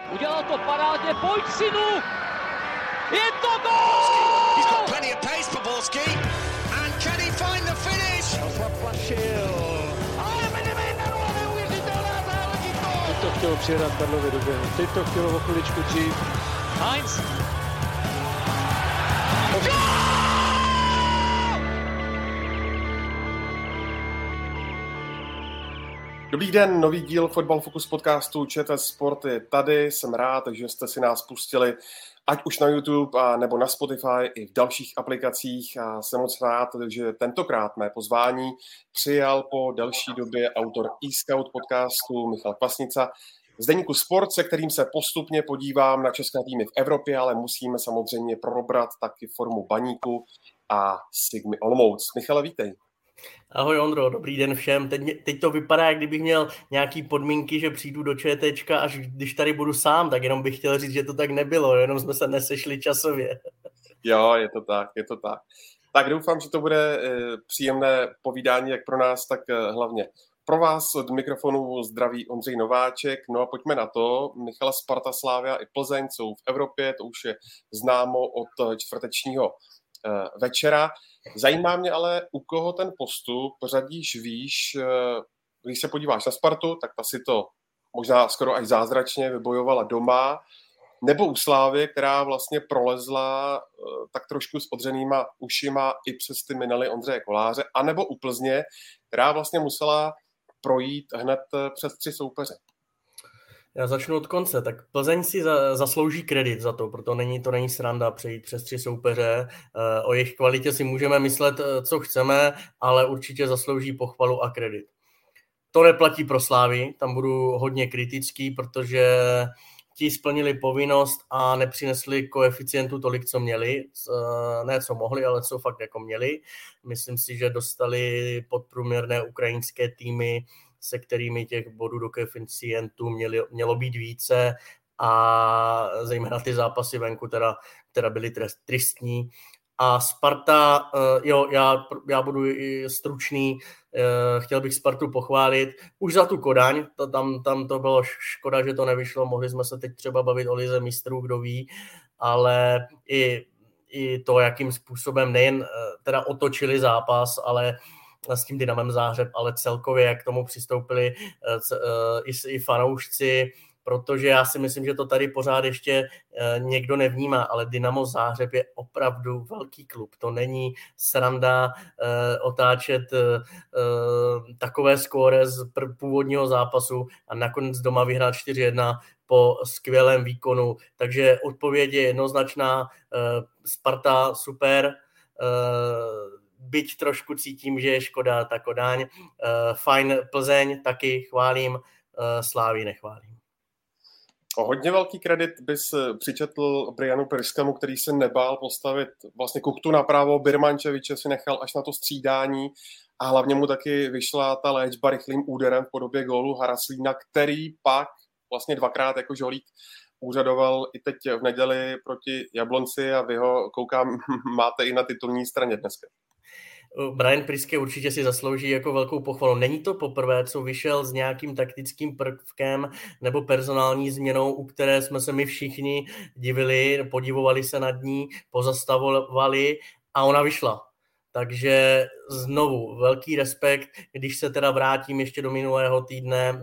Udělal to parádně, pojď synu! Je to gól! He's got plenty of pace for Borski. And can he find the finish? Ale Medvedev, neuvěřitelná záležitost! Teď to chtělo přihrát Karlovi do běhu, teď to chtělo o chviličku dřív. Heinz! Dobrý den, nový díl Fotbal Focus podcastu ČT Sport je tady. Jsem rád, že jste si nás pustili ať už na YouTube a nebo na Spotify i v dalších aplikacích. A jsem moc rád, že tentokrát mé pozvání přijal po delší době autor eScout podcastu Michal Kvasnica z deníku Sport, se kterým se postupně podívám na české týmy v Evropě, ale musíme samozřejmě probrat taky formu Baníku a Sigmy Olomouc. Michale, vítej. Ahoj Ondro, dobrý den všem. Teď to vypadá, jak kdybych měl nějaký podmínky, že přijdu do ČTčka, až když tady budu sám, tak jenom bych chtěl říct, že to tak nebylo, jenom jsme se nesešli časově. Jo, je to tak. Tak doufám, že to bude příjemné povídání jak pro nás, tak hlavně pro vás. Od mikrofonu zdraví Ondřej Nováček. No a pojďme na to. Michala, Sparta, Slavia i Plzeň jsou v Evropě, to už je známo od čtvrtečního večera. Zajímá mě ale, u koho ten postup řadíš výš. Když se podíváš na Spartu, tak ta si to možná skoro až zázračně vybojovala doma, nebo u Slávy, která vlastně prolezla tak trošku s odřenýma ušima i přes ty minely Ondřeje Koláře, anebo u Plzně, která vlastně musela projít hned přes 3 soupeře. Já začnu od konce. Tak Plzeň si zaslouží kredit za to, proto to není sranda přejít přes 3 soupeře. O jejich kvalitě si můžeme myslet, co chceme, ale určitě zaslouží pochvalu a kredit. To neplatí pro Slávy, tam budu hodně kritický, protože ti splnili povinnost a nepřinesli koeficientu tolik, co měli. Ne, co mohli, ale co fakt jako měli. Myslím si, že dostali podprůměrné ukrajinské týmy, se kterými těch bodů do koeficientu mělo být více a zejména ty zápasy venku teda byly tristní. A Sparta, já budu i stručný, chtěl bych Spartu pochválit. Už za tu Kodaň, tam to bylo škoda, že to nevyšlo, mohli jsme se teď třeba bavit o lize mistrů, kdo ví, ale i to, jakým způsobem nejen teda otočili zápas, ale s tím Dynamem Záhřeb, ale celkově, jak k tomu přistoupili i fanoušci, protože já si myslím, že to tady pořád ještě někdo nevnímá, ale Dynamo Záhřeb je opravdu velký klub. To není sranda otáčet takové skóre z původního zápasu a nakonec doma vyhrát 4-1 po skvělém výkonu. Takže odpověď je jednoznačná. Sparta super, byť trošku cítím, že je škoda ta Kodaň. Fajn Plzeň, taky chválím, Slávy nechválím. Hodně velký kredit bys přičetl Brianu Pirskému, který se nebál postavit vlastně Kuchtu napravo, Birmančeviče si nechal až na to střídání a hlavně mu taky vyšla ta léčba rychlým úderem v podobě gólu Haraslína, který pak vlastně 2krát jako žolík úřadoval i teď v neděli proti Jablonci a vy ho, koukám, máte i na titulní straně dneska. Brian Priske určitě si zaslouží jako velkou pochvalu. Není to poprvé, co vyšel s nějakým taktickým prvkem nebo personální změnou, u které jsme se my všichni divili, podivovali se nad ní, pozastavovali a ona vyšla. Takže znovu velký respekt, když se teda vrátím ještě do minulého týdne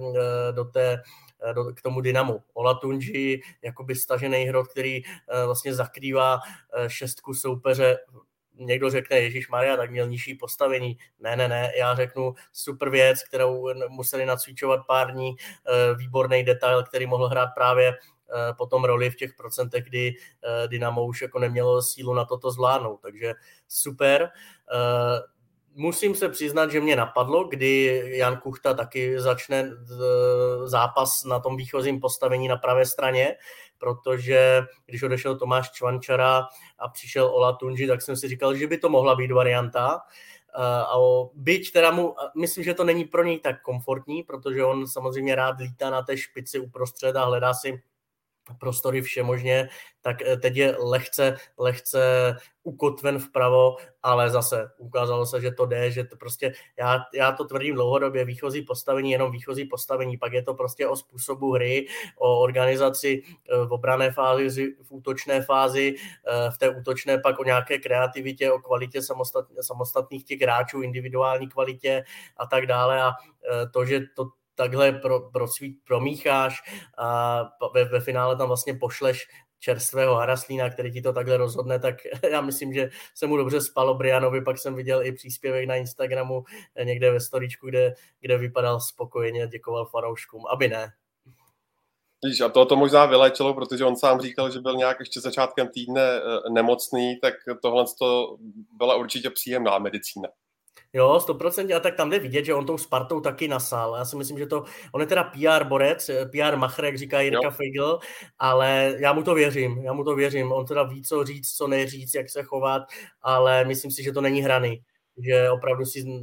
k tomu Dynamu. Olatunji, jakoby stažený hrot, který vlastně zakrývá 6 soupeře. Někdo řekne, ježišmarja, tak měl nižší postavení. Ne, já řeknu super věc, kterou museli nacvičovat pár dní, výborný detail, který mohl hrát právě potom roli v těch procentech, kdy Dynamo už jako nemělo sílu na toto zvládnout. Takže super. Musím se přiznat, že mě napadlo, kdy Jan Kuchta taky začne zápas na tom výchozím postavení na pravé straně, protože když odešel Tomáš Čvančara a přišel Olatunji, tak jsem si říkal, že by to mohla být varianta. A byť teda myslím, že to není pro něj tak komfortní, protože on samozřejmě rád lítá na té špici uprostřed a hledá si prostory všemožně, tak teď je lehce ukotven vpravo, ale zase ukázalo se, že to jde, že to prostě, já to tvrdím dlouhodobě, výchozí postavení, jenom výchozí postavení, pak je to prostě o způsobu hry, o organizaci v obranné fázi, v útočné fázi, v té útočné pak o nějaké kreativitě, o kvalitě samostatných těch hráčů, individuální kvalitě a tak dále a to, že to takhle promícháš a ve finále tam vlastně pošleš čerstvého Haraslína, který ti to takhle rozhodne, tak já myslím, že se mu dobře spalo Brianovi, pak jsem viděl i příspěvek na Instagramu někde ve storičku, kde vypadal spokojeně, děkoval fanouškům, aby ne. Víš, a to možná vyléčilo, protože on sám říkal, že byl nějak ještě začátkem týdne nemocný, tak tohle byla určitě příjemná medicína. Jo, 100%, a tak tam jde vidět, že on tou Spartou taky nasál. Já si myslím, že on je teda PR borec, PR machr, jak říká Jirka Feigl, ale já mu to věřím. On teda ví, co říct, co neříct, jak se chovat, ale myslím si, že to není hraný. Že opravdu si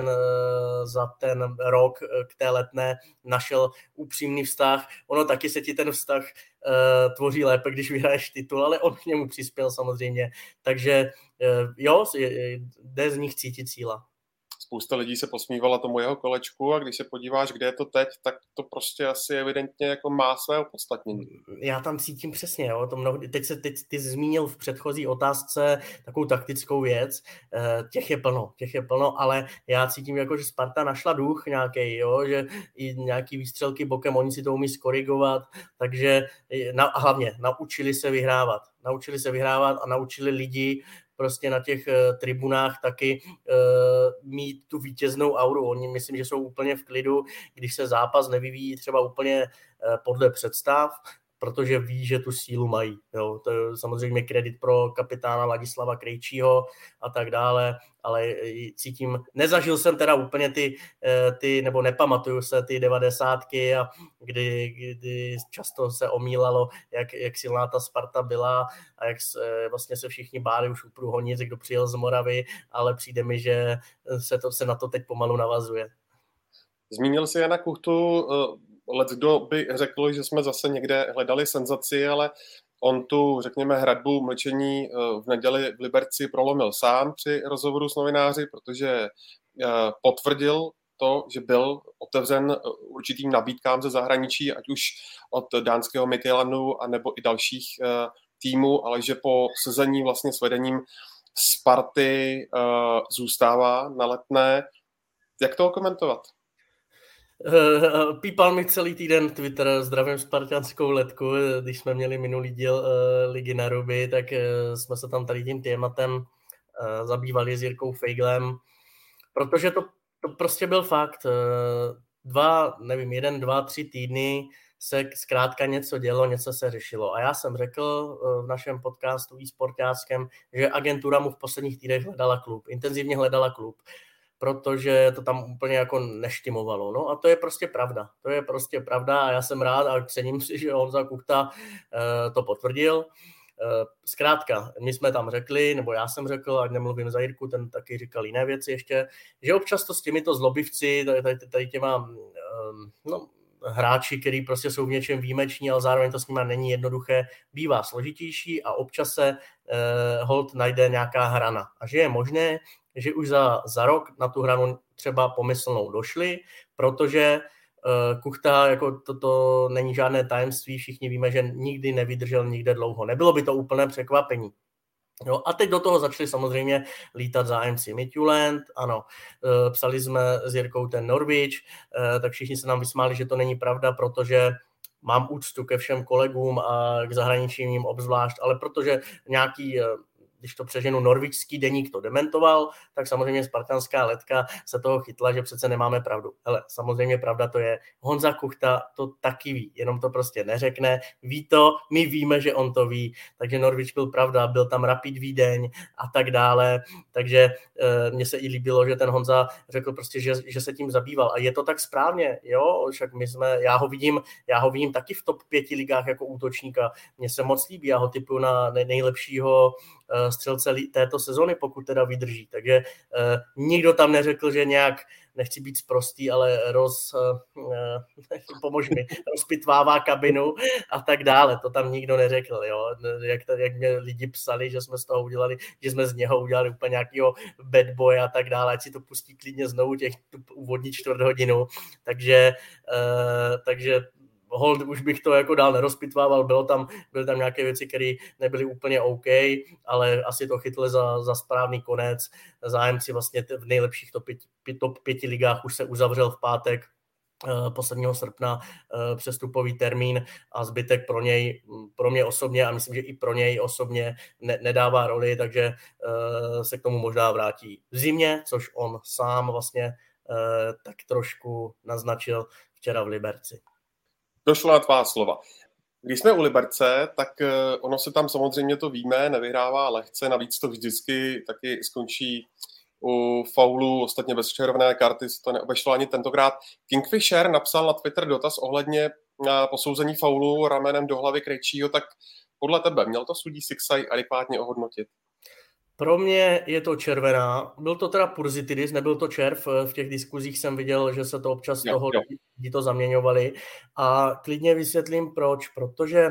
za ten rok k té Letné našel upřímný vztah. Ono taky se ti ten vztah tvoří lépe, když vyhraješ titul, ale on k němu přispěl samozřejmě. Takže jo, jde z nich cítit síla. Spousta lidí se posmívala tomu jeho kolečku a když se podíváš, kde je to teď, tak to prostě asi evidentně jako má své opodstatnění. Já tam cítím přesně, jo. Teď ty zmínil v předchozí otázce takovou taktickou věc, těch je plno, ale já cítím jako, že Sparta našla duch nějaký, jo, že i nějaký výstřelky bokem, oni si to umí skorigovat, takže a hlavně naučili se vyhrávat a naučili lidi prostě na těch tribunách taky mít tu vítěznou auru. Oni myslím, že jsou úplně v klidu, když se zápas nevyvíjí třeba úplně podle představ, protože ví, že tu sílu mají. Jo. To je samozřejmě kredit pro kapitána Ladislava Krejčího a tak dále, ale cítím, nezažil jsem teda úplně ty nebo nepamatuju se ty 90ky, a kdy často se omílalo, jak silná ta Sparta byla a jak vlastně se všichni báli už u průhonic, kdo přijel z Moravy, ale přijde mi, že se na to teď pomalu navazuje. Zmínil jsi Jana Kuchtu, leckdo by řekl, že jsme zase někde hledali senzaci, ale on tu, řekněme, hradbu mlčení v neděli v Liberci prolomil sám při rozhovoru s novináři, protože potvrdil to, že byl otevřen určitým nabídkám ze zahraničí, ať už od dánského Midtjyllandu, anebo i dalších týmů, ale že po sezení vlastně s vedením Sparty zůstává na Letné. Jak to komentovat? Pípal mi celý týden Twitter, zdravím spartanskou Letku, když jsme měli minulý díl Ligy na ruby, tak jsme se tam tady tím tématem zabývali s Jirkou Feiglem, protože to prostě byl fakt. 1, 2, 3 týdny se zkrátka něco dělo, něco se řešilo. A já jsem řekl v našem podcastu eSportáckém, že agentura mu v posledních týdnech intenzivně hledala klub, protože to tam úplně jako neštimovalo. No a to je prostě pravda. A já jsem rád a cením si, že Honza Kuchta to potvrdil. Zkrátka, my jsme tam řekli, nebo já jsem řekl, ať nemluvím za Jirku, ten taky říkal jiné věci ještě, že občas to s těmito zlobivci, tady těma hráči, který prostě jsou v něčem výjimeční, ale zároveň to s nimi není jednoduché, bývá složitější a občas se holt najde nějaká hrana. A že je možné, že už za rok na tu hranu třeba pomyslnou došli, protože Kuchta, jako to není žádné tajemství, všichni víme, že nikdy nevydržel nikde dlouho. Nebylo by to úplné překvapení. Jo, a teď do toho začali samozřejmě lítat zájemci Midtjylland, ano, psali jsme s Jirkou ten Norwich, tak všichni se nám vysmáli, že to není pravda, protože mám úctu ke všem kolegům a k zahraničním obzvlášť, ale protože nějaký, když to přeženu, norvičský deník to dementoval, tak samozřejmě spartanská Letka se toho chytla, že přece nemáme pravdu. Hele, samozřejmě pravda to je. Honza Kuchta to taky ví, jenom to prostě neřekne. Ví to, my víme, že on to ví. Takže Norwich byl pravda, byl tam Rapid Vídeň a tak dále. Takže mně se i líbilo, že ten Honza řekl prostě, že se tím zabýval. A je to tak správně, jo? Však já ho vidím taky v top 5 ligách jako útočníka. Mně se moc líbí, já ho tipuju na nejlepšího střelce této sezony, pokud teda vydrží. Takže nikdo tam neřekl, že nějak, nechci být sprostý, ale pomož mi, rozpitvává kabinu a tak dále. To tam nikdo neřekl. Jo? Jak mě lidi psali, že jsme z toho udělali, že jsme z něho udělali úplně nějakého bad boy a tak dále, ať si to pustí klidně znovu tu úvodní 4 hodinu. Takže hold, už bych to jako dál nerozpitvával, byly tam nějaké věci, které nebyly úplně OK, ale asi to chytli za správný konec. Zájemci vlastně v nejlepších top 5 ligách už se uzavřel v pátek 1. srpna přestupový termín a zbytek pro mě osobně a myslím, že i pro něj osobně nedává roli, takže se k tomu možná vrátí v zimě, což on sám vlastně tak trošku naznačil včera v Liberci. Došlo na tvá slova. Když jsme u Liberce, tak ono se tam samozřejmě to víme, nevyhrává lehce, navíc to vždycky taky skončí u faulu, ostatně bez červené karty se to neobešlo ani tentokrát. Kingfisher napsal na Twitter dotaz ohledně posouzení faulu ramenem do hlavy Krejčího, tak podle tebe měl to sudí Sixaj adekvátně ohodnotit? Pro mě je to červená. Byl to teda Pursitidis, nebyl to červ. V těch diskuzích jsem viděl, že se to občas lidi to zaměňovali. A klidně vysvětlím proč. Protože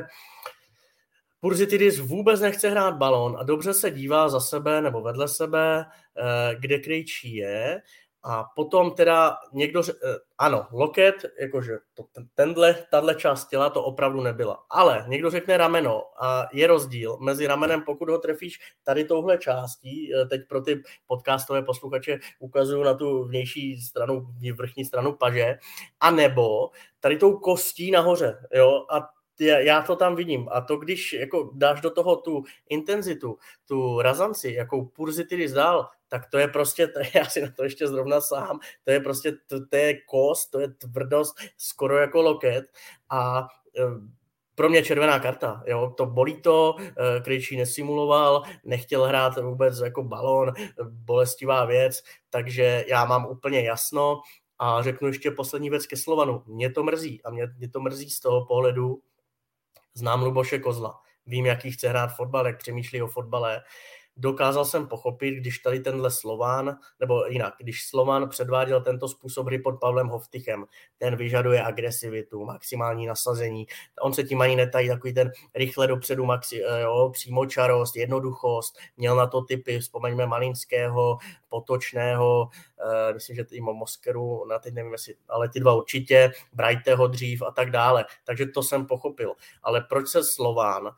Pursitidis vůbec nechce hrát balón a dobře se dívá za sebe nebo vedle sebe, kde Krejčí je. A potom teda někdo, ano, loket, jakože tahle část těla to opravdu nebyla. Ale někdo řekne rameno a je rozdíl mezi ramenem, pokud ho trefíš tady touhle částí, teď pro ty podcastové posluchače ukazuju na tu vnější stranu, vrchní stranu paže, anebo tady tou kostí nahoře, jo, a já to tam vidím. A to, když jako dáš do toho tu intenzitu, tu razanci, jakou Pursitidis dal, tak to je prostě, já si na to ještě zrovna sám, to je prostě, to je kost, to je tvrdost, skoro jako loket a pro mě červená karta, jo, to bolí to, Krejčí nesimuloval, nechtěl hrát vůbec jako balón, bolestivá věc, takže já mám úplně jasno a řeknu ještě poslední věc ke Slovanu. Mě to mrzí a mě to mrzí z toho pohledu, znám Luboše Kozla, vím, jaký chce hrát fotbal, jak přemýšlí o fotbale. Dokázal jsem pochopit, když tady tenhle Slován, nebo jinak, když Slovan předváděl tento způsob hry pod Pavlem Hovtychem, ten vyžaduje agresivitu, maximální nasazení, on se tím ani netají, takový ten rychle dopředu, přímočarost, jednoduchost, měl na to typy, vzpomeňme Malinského, Potočného, myslím, že i Moskeru, na teď nevím, jestli, ale ty dva určitě, Brajteho dřív a tak dále, takže to jsem pochopil. Ale proč se Slován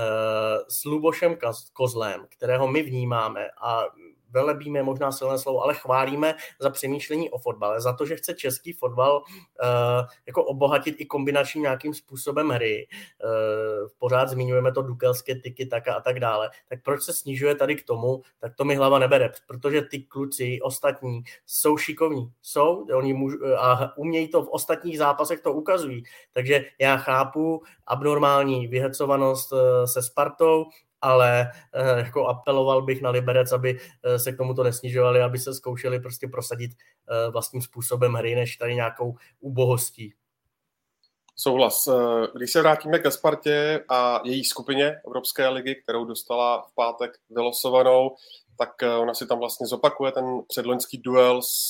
s Lubošem Kozlem, kterého my vnímáme a velebíme, možná silné slovo, ale chválíme za přemýšlení o fotbale, za to, že chce český fotbal jako obohatit i kombinačním nějakým způsobem hry. Pořád zmiňujeme to dukelské tyky, taka a tak dále. Tak proč se snižuje tady k tomu, tak to mi hlava nebere, protože ty kluci ostatní jsou šikovní, oni a umějí to v ostatních zápasech, to ukazují. Takže já chápu abnormální vyhecovanost se Spartou, ale jako apeloval bych na Liberec, aby se k tomuto nesnižovali, aby se zkoušeli prostě prosadit vlastním způsobem hry, než tady nějakou ubohostí. Souhlas. Když se vrátíme ke Spartě a její skupině Evropské ligy, kterou dostala v pátek vylosovanou, tak ona si tam vlastně zopakuje ten předloňský duel s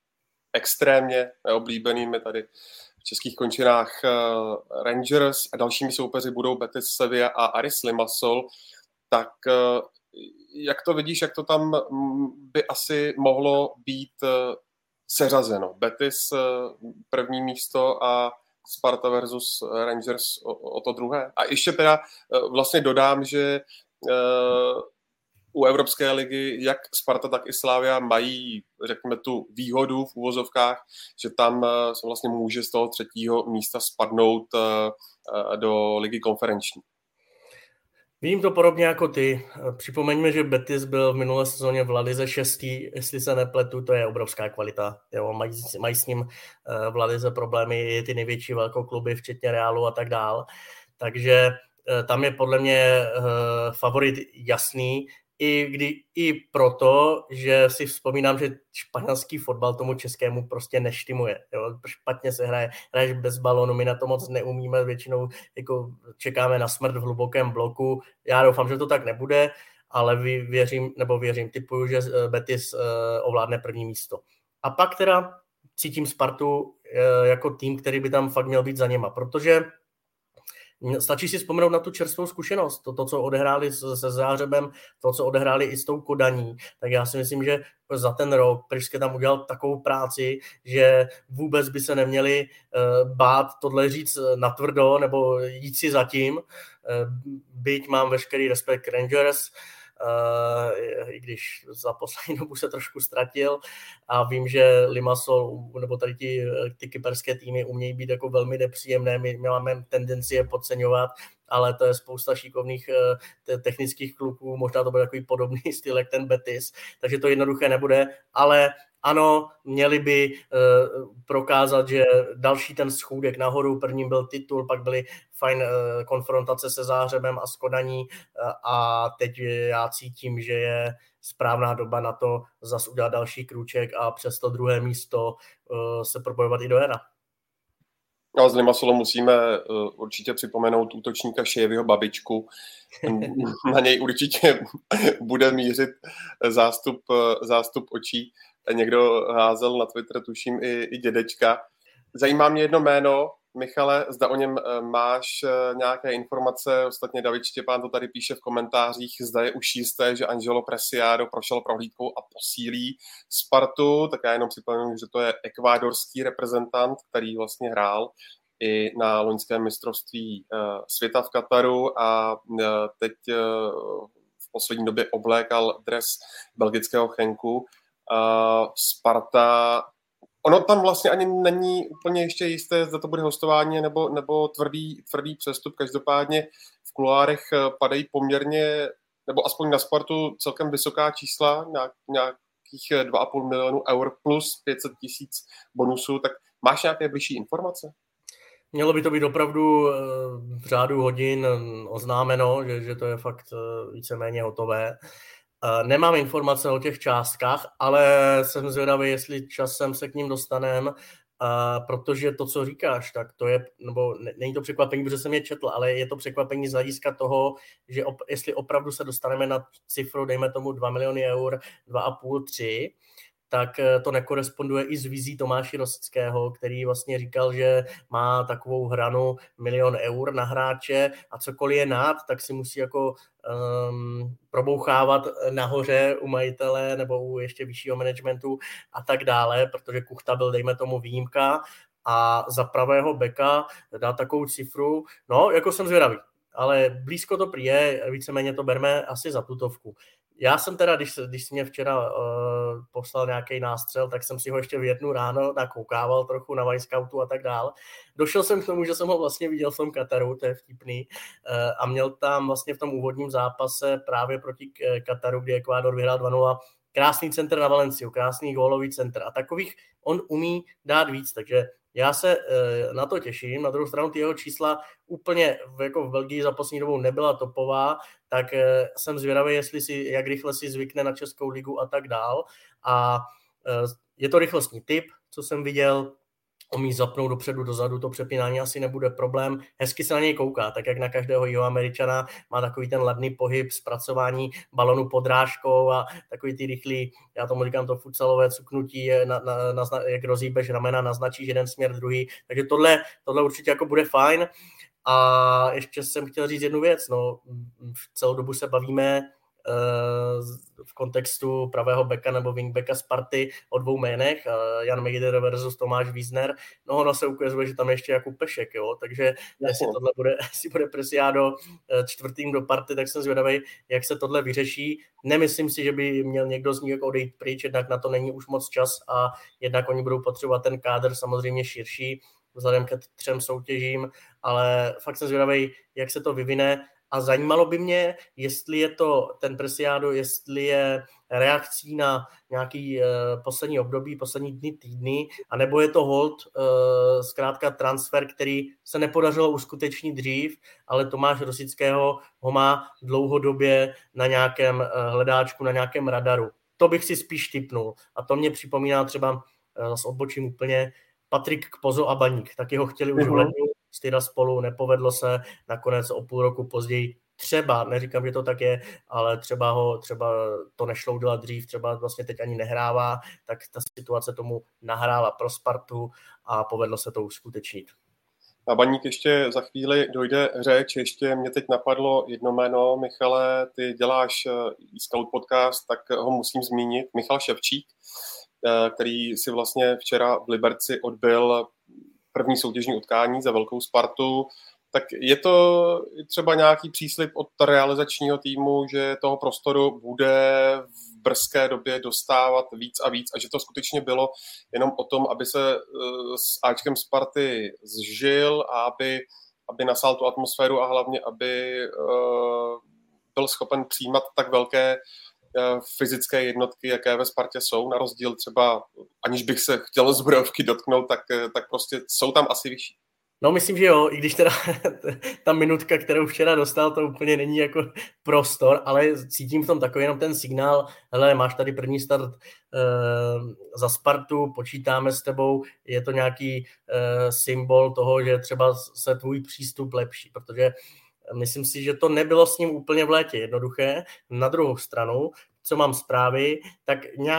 extrémně neoblíbenými tady v českých končinách Rangers a dalšími soupeři budou Betis Sevilla a Aris Limassol. Tak jak to vidíš, jak to tam by asi mohlo být seřazeno? Betis první místo a Sparta versus Rangers o to druhé. A ještě teda vlastně dodám, že u Evropské ligy jak Sparta, tak i Slavia mají, řekněme, tu výhodu v uvozovkách, že tam se vlastně může z toho 3. místa spadnout do ligy konferenční. Vidím to podobně jako ty. Připomeňme, že Betis byl v minulé sezóně v La Lize 6. Jestli se nepletu, to je obrovská kvalita. Jo, mají s ním v La Lize problémy, ty největší velkokluby, včetně Realu a tak dál. Takže tam je podle mě favorit jasný, i proto, že si vzpomínám, že španělský fotbal tomu českému prostě neštimuje. Jo? Špatně se hraješ bez balonu, my na to moc neumíme, většinou jako čekáme na smrt v hlubokém bloku. Já doufám, že to tak nebude, ale typuju, že Betis ovládne první místo. A pak teda cítím Spartu jako tým, který by tam fakt měl být za něma, protože stačí si vzpomenout na tu čerstvou zkušenost, to, co odehráli se Záhřebem, to, co odehráli i s tou Kodaní, tak já si myslím, že za ten rok Priške tam udělal takovou práci, že vůbec by se neměli bát tohle říct natvrdo nebo jít si zatím, byť mám veškerý respekt Rangers, i když za poslední dobu se trošku ztratil a vím, že Limassol nebo tady ty kyperské týmy umějí být jako velmi nepříjemné, my máme tendenci je podceňovat, ale to je spousta šikovných technických kluků, možná to bude takový podobný styl jak ten Betis, takže to jednoduché nebude, ale ano, měli by prokázat, že další ten schůdek nahoru, prvním byl titul, pak byly fajn konfrontace se Záhřebem a s Kodaní a teď já cítím, že je správná doba na to zas udělat další krůček a přes to druhé místo se probojovat i do jara. A z Limassola musíme určitě připomenout útočníka Šejvyho babičku. Na něj určitě bude mířit zástup očí. Někdo házel na Twitter, tuším, i dědečka. Zajímá mě jedno jméno, Michale, zda o něm máš nějaké informace, ostatně David Štěpán to tady píše v komentářích, zda je už jisté, že Angelo Preciado prošel prohlídkou a posílí Spartu, tak já jenom připomínám, že to je ekvádorský reprezentant, který vlastně hrál i na loňském mistrovství světa v Kataru a teď v poslední době oblékal dres belgického Genku. Sparta, ono tam vlastně ani není úplně ještě jisté, zda to bude hostování nebo tvrdý přestup. Každopádně v kuloárech padají poměrně, nebo aspoň na Spartu celkem vysoká čísla, nějakých 2,5 milionu eur plus 500 000 bonusů. Tak máš nějaké bližší informace? Mělo by to být opravdu v řádu hodin oznámeno, že to je fakt víceméně hotové. Nemám informace o těch částkách, ale jsem zvědavý, jestli časem se k ním dostaneme, protože to, co říkáš, tak to je, nebo není to překvapení, protože jsem je četl, ale je to překvapení z hlediska toho, že jestli opravdu se dostaneme na cifru, dejme tomu 2 miliony eur, 2,5, 3, tak to nekoresponduje i s vizí Tomáše Rosického, který vlastně říkal, že má takovou hranu 1 000 000 eur na hráče a cokoliv je nad, tak si musí jako probouchávat nahoře u majitele nebo u ještě vyššího managementu a tak dále, protože Kuchta byl, dejme tomu, výjimka a za pravého beka dá takovou cifru, no, jako jsem zvědavý, ale blízko to prý je, víceméně to berme asi za tutovku. Já jsem teda, když jsi mě včera poslal nějaký nástřel, tak jsem si ho ještě v 1 ráno nakoukával trochu na Vyscoutu a tak dál. Došel jsem k tomu, že jsem ho vlastně viděl v tom Kataru, to je vtipný, a měl tam vlastně v tom úvodním zápase právě proti Kataru, kdy Ekvádor vyhrál 2-0, krásný centr na Valenciu, krásný gólový centr a takových on umí dát víc, takže já se na to těším. Na druhou stranu ty jeho čísla úplně jako v Belgii za poslední dobou nebyla topová, tak jsem zvědavý, jak rychle si zvykne na Českou ligu a tak dál. A je to rychlostní typ, co jsem viděl, umí zapnout dopředu, dozadu, to přepínání asi nebude problém. Hezky se na něj kouká, tak jak na každého Jihoameričana, má takový ten ladný pohyb, zpracování balonu podrážkou a takový ty rychlý, já tomu říkám to futsalové cuknutí, jak rozhýbeš ramena, naznačíš jeden směr, druhý, takže tohle určitě jako bude fajn. A ještě jsem chtěl říct jednu věc, no celou dobu se bavíme v kontextu pravého beka nebo wingbacka Sparty o 2 jménech, Jan Megidere versus Tomáš Wiesner, no ono se ukazuje, že tam je ještě Jakub Pešek, jo, takže jestli bude Preciado 4. do party, tak jsem zvědavý, jak se tohle vyřeší. Nemyslím si, že by měl někdo z nich jako odejít pryč, jednak na to není už moc čas a jednak oni budou potřebovat ten kádr samozřejmě širší vzhledem ke 3 soutěžím, ale fakt jsem zvědavý, jak se to vyvine. A zajímalo by mě, jestli je to ten Preciado, jestli je reakcí na nějaký poslední období, poslední dny, týdny, anebo je to hold, zkrátka transfer, který se nepodařilo uskutečnit dřív, ale Tomáš Rosického ho má dlouhodobě na nějakém hledáčku, na nějakém radaru. To bych si spíš tipnul. A to mě připomíná třeba, zase odbočím úplně, Patrik Kpozo a Baník. Taky ho chtěli už v lednu, Styra spolu, nepovedlo se, nakonec o půl roku později třeba, neříkám, že to tak je, ale třeba to nešlo udělat dřív, třeba vlastně teď ani nehrává, tak ta situace tomu nahrála pro Spartu a povedlo se to uskutečnit. Na Baník ještě za chvíli dojde řeč, ještě mě teď napadlo jedno jméno, Michale, ty děláš eScout podcast, tak ho musím zmínit, Michal Ševčík, který si vlastně včera v Liberci odbyl první soutěžní utkání za velkou Spartu. Tak je to třeba nějaký příslib od realizačního týmu, že toho prostoru bude v brzké době dostávat víc a víc a že to skutečně bylo jenom o tom, aby se s Ačkem Sparty zžil a aby nasál tu atmosféru a hlavně, aby byl schopen přijímat tak velké fyzické jednotky, jaké ve Spartě jsou, na rozdíl třeba, aniž bych se chtěl zbrojovky dotknout, tak prostě jsou tam asi vyšší. No myslím, že jo, i když teda ta minutka, kterou včera dostal, to úplně není jako prostor, ale cítím v tom takový jenom ten signál, hele, máš tady první start za Spartu, počítáme s tebou, je to nějaký symbol toho, že třeba se tvůj přístup lepší, protože myslím si, že to nebylo s ním úplně v létě jednoduché. Na druhou stranu, co mám zprávy, tak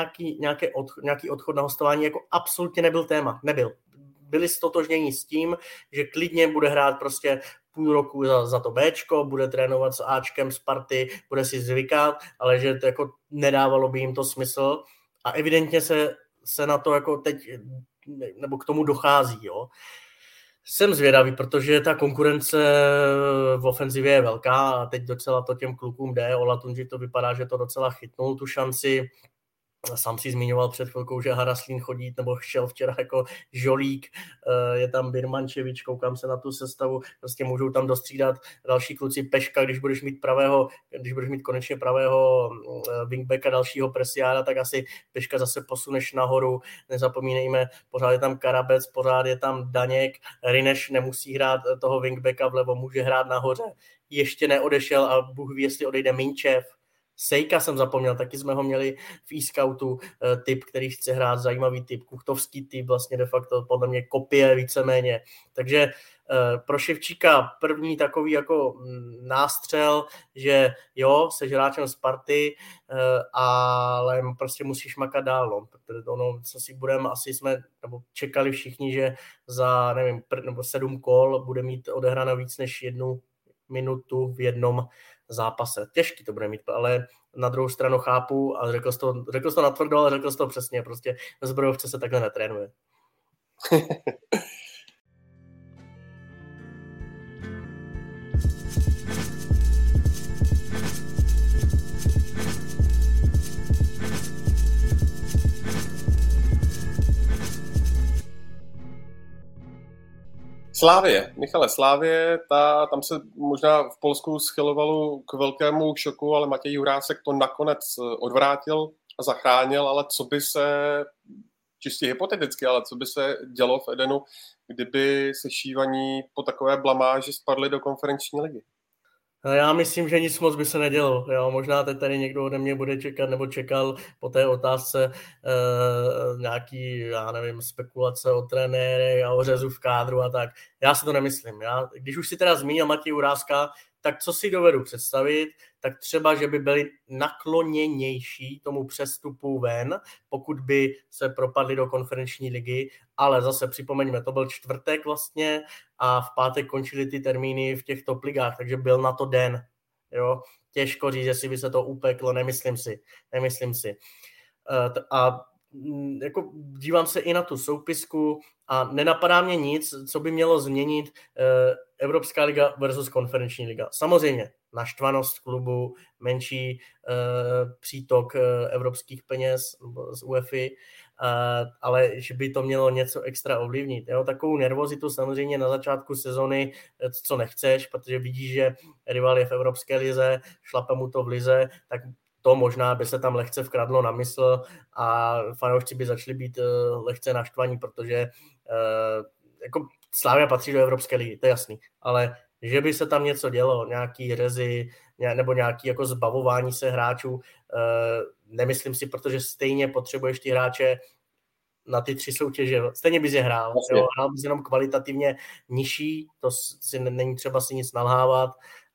nějaký odchod na hostování jako absolutně nebyl téma, nebyl. Byli stotožnění s tím, že klidně bude hrát prostě půl roku za to Bčko, bude trénovat s Ačkem Sparty, bude si zvykat, ale že to jako nedávalo by jim to smysl a evidentně se na to jako teď, nebo k tomu dochází, jo. Jsem zvědavý, protože ta konkurence v ofenzivě je velká a teď docela to těm klukům jde. Olatunji to vypadá, že to docela chytnul tu šanci. Sám si zmiňoval před chvilkou, že Haraslín chodí, nebo šel včera jako Žolík, je tam Birmančevič, koukám se na tu sestavu, prostě můžou tam dostřídat další kluci. Peška, když budeš mít konečně pravého wingbacka, dalšího presiára, tak asi Peška zase posuneš nahoru. Nezapomínejme, pořád je tam Karabec, pořád je tam Daněk, Rineš nemusí hrát toho wingbacka vlevo, může hrát nahoře. Ještě neodešel a Bůh ví, jestli odejde Minčev. Sejka jsem zapomněl, taky jsme ho měli v e-scoutu, typ, který chce hrát, zajímavý typ, kuchtovský typ, vlastně de facto podle mě kopie víceméně. Takže pro Ševčíka první takový jako nástřel, že jo, seš hráčem Sparty, ale prostě musíš makat dál, no. Protože ono, co si budeme, asi jsme nebo čekali všichni, že za, nevím, 7 kol bude mít odehráno víc než 1 minutu v jednom zápase. Těžký to bude mít, ale na druhou stranu chápu a řekl jsi to natvrdo, ale řekl jsi to přesně, prostě ve zbrojovce se takhle netrénuje. Slávie, Michale, Slávie, tam se možná v Polsku schylovalo k velkému šoku, ale Matěj Jurásek to nakonec odvrátil a zachránil, ale co by se, čistě hypoteticky, ale co by se dělo v Edenu, kdyby se Šívaní po takové blamáži spadli do konferenční ligy? Já myslím, že nic moc by se nedělo. Jo, možná teď tady někdo ode mě bude čekat nebo čekal po té otázce nějaký, já nevím, spekulace o trenérech a o řezu v kádru a tak. Já si to nemyslím. Když už si teda zmínil Matěj Juráska, tak co si dovedu představit, tak třeba, že by byli nakloněnější tomu přestupu ven, pokud by se propadli do konferenční ligy, ale zase připomeňme, to byl čtvrtek vlastně a v pátek končily ty termíny v těch top ligách, takže byl na to den. Jo? Těžko říct, jestli by se to upeklo, nemyslím si. A jako dívám se i na tu soupisku a nenapadá mě nic, co by mělo změnit Evropská liga versus konferenční liga. Samozřejmě naštvanost klubu, menší přítok evropských peněz z UEFA, ale že by to mělo něco extra ovlivnit. Jo? Takovou nervozitu samozřejmě na začátku sezony, co nechceš, protože vidíš, že rival je v Evropské lize, šlape mu to v lize, tak to možná by se tam lehce vkradlo na mysl a fanoušci by začali být lehce naštvaní, protože jako Slavia patří do Evropské ligy, to je jasný, ale že by se tam něco dělo, nějaký řezy nebo nějaký jako zbavování se hráčů, nemyslím si, protože stejně potřebuješ ty hráče na ty 3 soutěže, stejně bys je hrál, hrál bys jenom kvalitativně nižší, to si není třeba si nic nalhávat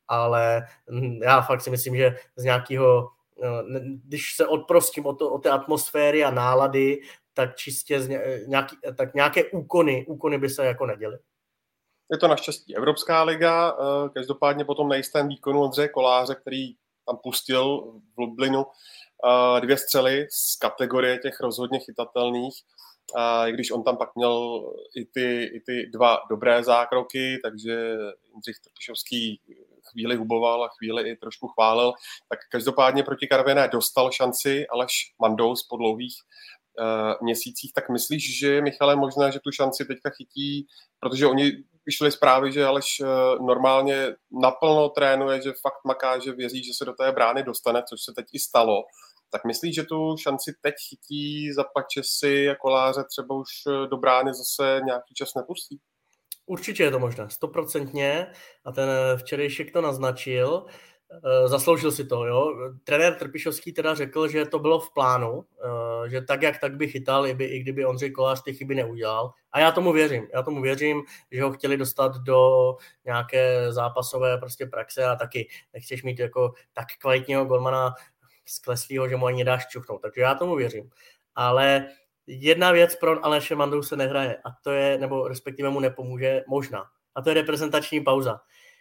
ale já fakt si myslím, že z nějakého, když se odprostím od té atmosféry a nálady, tak čistě nějaké úkony by se jako neděly. Je to naštěstí Evropská liga, každopádně potom na jistém výkonu Ondřeje Koláře, který tam pustil v Lublinu 2 střely z kategorie těch rozhodně chytatelných, i když on tam pak měl i ty 2 dobré zákroky, takže Jindřich Trpišovský chvíli huboval a chvíli i trošku chválil, tak každopádně proti Karviné dostal šanci Aleš Mandous po dlouhých měsících. Tak myslíš, že Michale možná, že tu šanci teďka chytí, protože oni vyšly zprávy, že Aleš normálně naplno trénuje, že fakt maká, že věří, že se do té brány dostane, což se teď i stalo. Tak myslíš, že tu šanci teď chytí, zapače si a Koláře třeba už do brány zase nějaký čas nepustí? Určitě je to možné, 100%, a ten včerejšek to naznačil. Zasloužil si to, jo. Trenér Trpišovský teda řekl, že to bylo v plánu, že tak by chytal, i kdyby Ondřej Kolář ty chyby neudělal. A já tomu věřím, že ho chtěli dostat do nějaké zápasové prostě praxe a taky nechceš mít jako tak kvalitního golmana skleslýho, že mu ani nedáš čuchnout. Takže já tomu věřím. Ale jedna věc pro Aleše Mandou se nehraje a to je, nebo respektive mu nepomůže možná. A to je reprezentační pauza.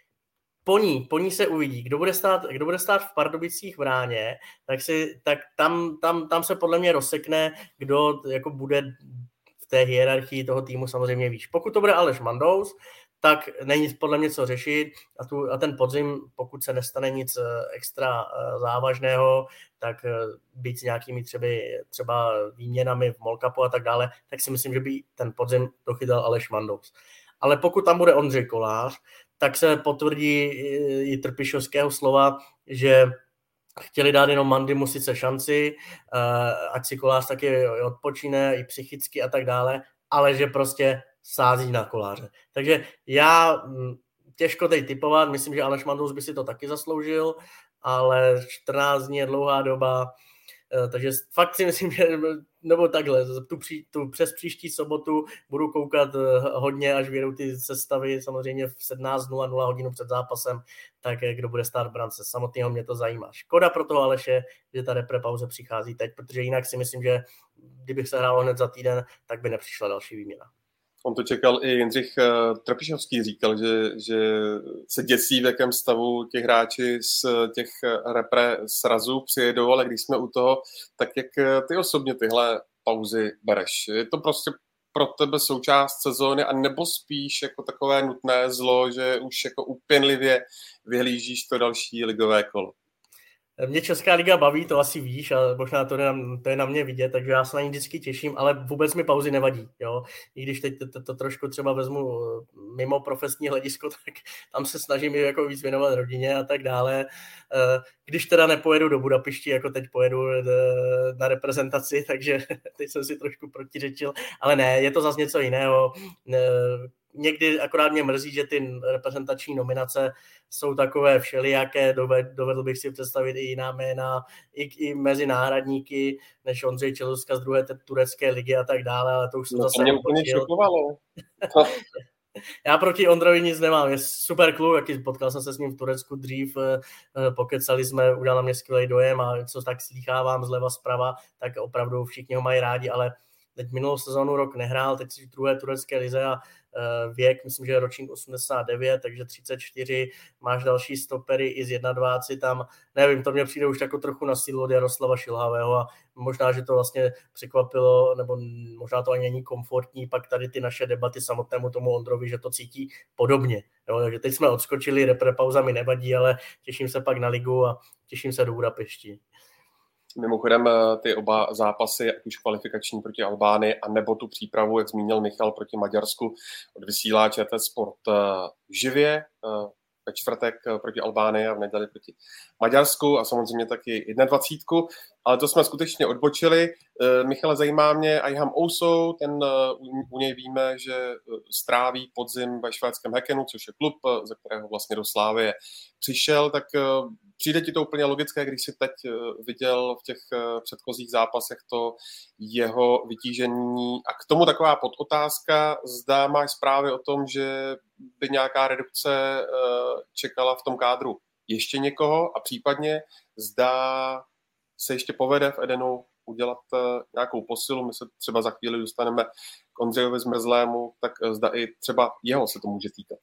Po ní se uvidí. Kdo bude stát v Pardubicích v bráně, tak tam se podle mě rozsekne, kdo jako bude v té hierarchii toho týmu samozřejmě výš. Pokud to bude Aleš Mandous, tak není podle mě co řešit a ten podzim, pokud se nestane nic extra závažného, tak být s nějakými třeba výměnami v Molkapu a tak dále, tak si myslím, že by ten podzim dochytal Aleš Mandous. Ale pokud tam bude Ondřej Kolář, tak se potvrdí i Trpišovského slova, že chtěli dát jenom Mandymu sice šanci, ať si Kolář taky odpočíne i psychicky a tak dále, ale že prostě sází na Koláře. Takže já těžko teď typovat, myslím, že Aleš Mandous by si to taky zasloužil, ale 14 dní je dlouhá doba, takže fakt si myslím, že nebo takhle, přes příští sobotu budu koukat hodně, až vyjedou ty sestavy, samozřejmě v 17:00 hodinu před zápasem, tak kdo bude stát v brance. Samotného mě to zajímá. Škoda pro toho Aleše, že ta repre pauze přichází teď, protože jinak si myslím, že kdybych se hrálo hned za týden, tak by nepřišla další výměna. On to čekal i Jindřich Trpišovský, říkal, že se děsí, v jakém stavu těch hráči z těch repre srazů přijedou, ale když jsme u toho, tak jak ty osobně tyhle pauzy bereš? Je to prostě pro tebe součást sezóny a nebo spíš jako takové nutné zlo, že už jako úpěnlivě vyhlížíš to další ligové kolo? Mě Česká liga baví, to asi víš, a možná to je na mě vidět, takže já se na ní vždycky těším, ale vůbec mi pauzy nevadí. Jo? I když teď to trošku třeba vezmu mimo profesní hledisko, tak tam se snažím jako víc věnovat rodině a tak dále. Když teda nepojedu do Budapešti, jako teď pojedu na reprezentaci, takže teď jsem si trošku protiřečil, ale ne, je to zase něco jiného. Někdy akorát mě mrzí, že ty reprezentační nominace jsou takové všelijaké, dovedl bych si představit i jiná jména, i mezi náhradníky, než Ondřej Čeluska z druhé turecké ligy a tak dále, ale to už jsem zase... Mě úplně šokovalo. Já proti Ondrovi nic nemám, je super kluk, potkal jsem se s ním v Turecku dřív, pokecali jsme, udělal na mě skvělý dojem a co tak slýchávám zleva zprava, tak opravdu všichni ho mají rádi, ale teď minulou sezónu rok nehrál, teď si v druhé turecké lize a věk, myslím, že je ročník 89, takže 34, máš další stopery i z 21 tam, nevím, to mě přijde už jako trochu na sílu od Jaroslava Šilhavého a možná, že to vlastně překvapilo, nebo možná to ani není komfortní, pak tady ty naše debaty samotnému tomu Ondrovi, že to cítí podobně. Jo, takže teď jsme odskočili, repre-pauza mi nevadí, ale těším se pak na ligu a těším se do Budapešti. Mimochodem ty oba zápasy, ať už kvalifikační proti Albánii, a nebo tu přípravu, jak zmínil Michal, proti Maďarsku, odvysílá ČT Sport živě ve čtvrtek proti Albánii a v neděli proti Maďarsku a samozřejmě taky 21. Ale to jsme skutečně odbočili. Michale, zajímá mě Ayham Ousou, u něj víme, že stráví podzim ve švédském Häckenu, což je klub, ze kterého vlastně do Slávie přišel, tak přijde ti to úplně logické, když jsi teď viděl v těch předchozích zápasech to jeho vytížení. A k tomu taková podotázka, zda máš zprávy o tom, že by nějaká redukce čekala v tom kádru ještě někoho a případně zda se ještě povede v Edenu udělat nějakou posilu. My se třeba za chvíli dostaneme k Ondřejovi Zmrzlému, tak zda i třeba jeho se to může týkat.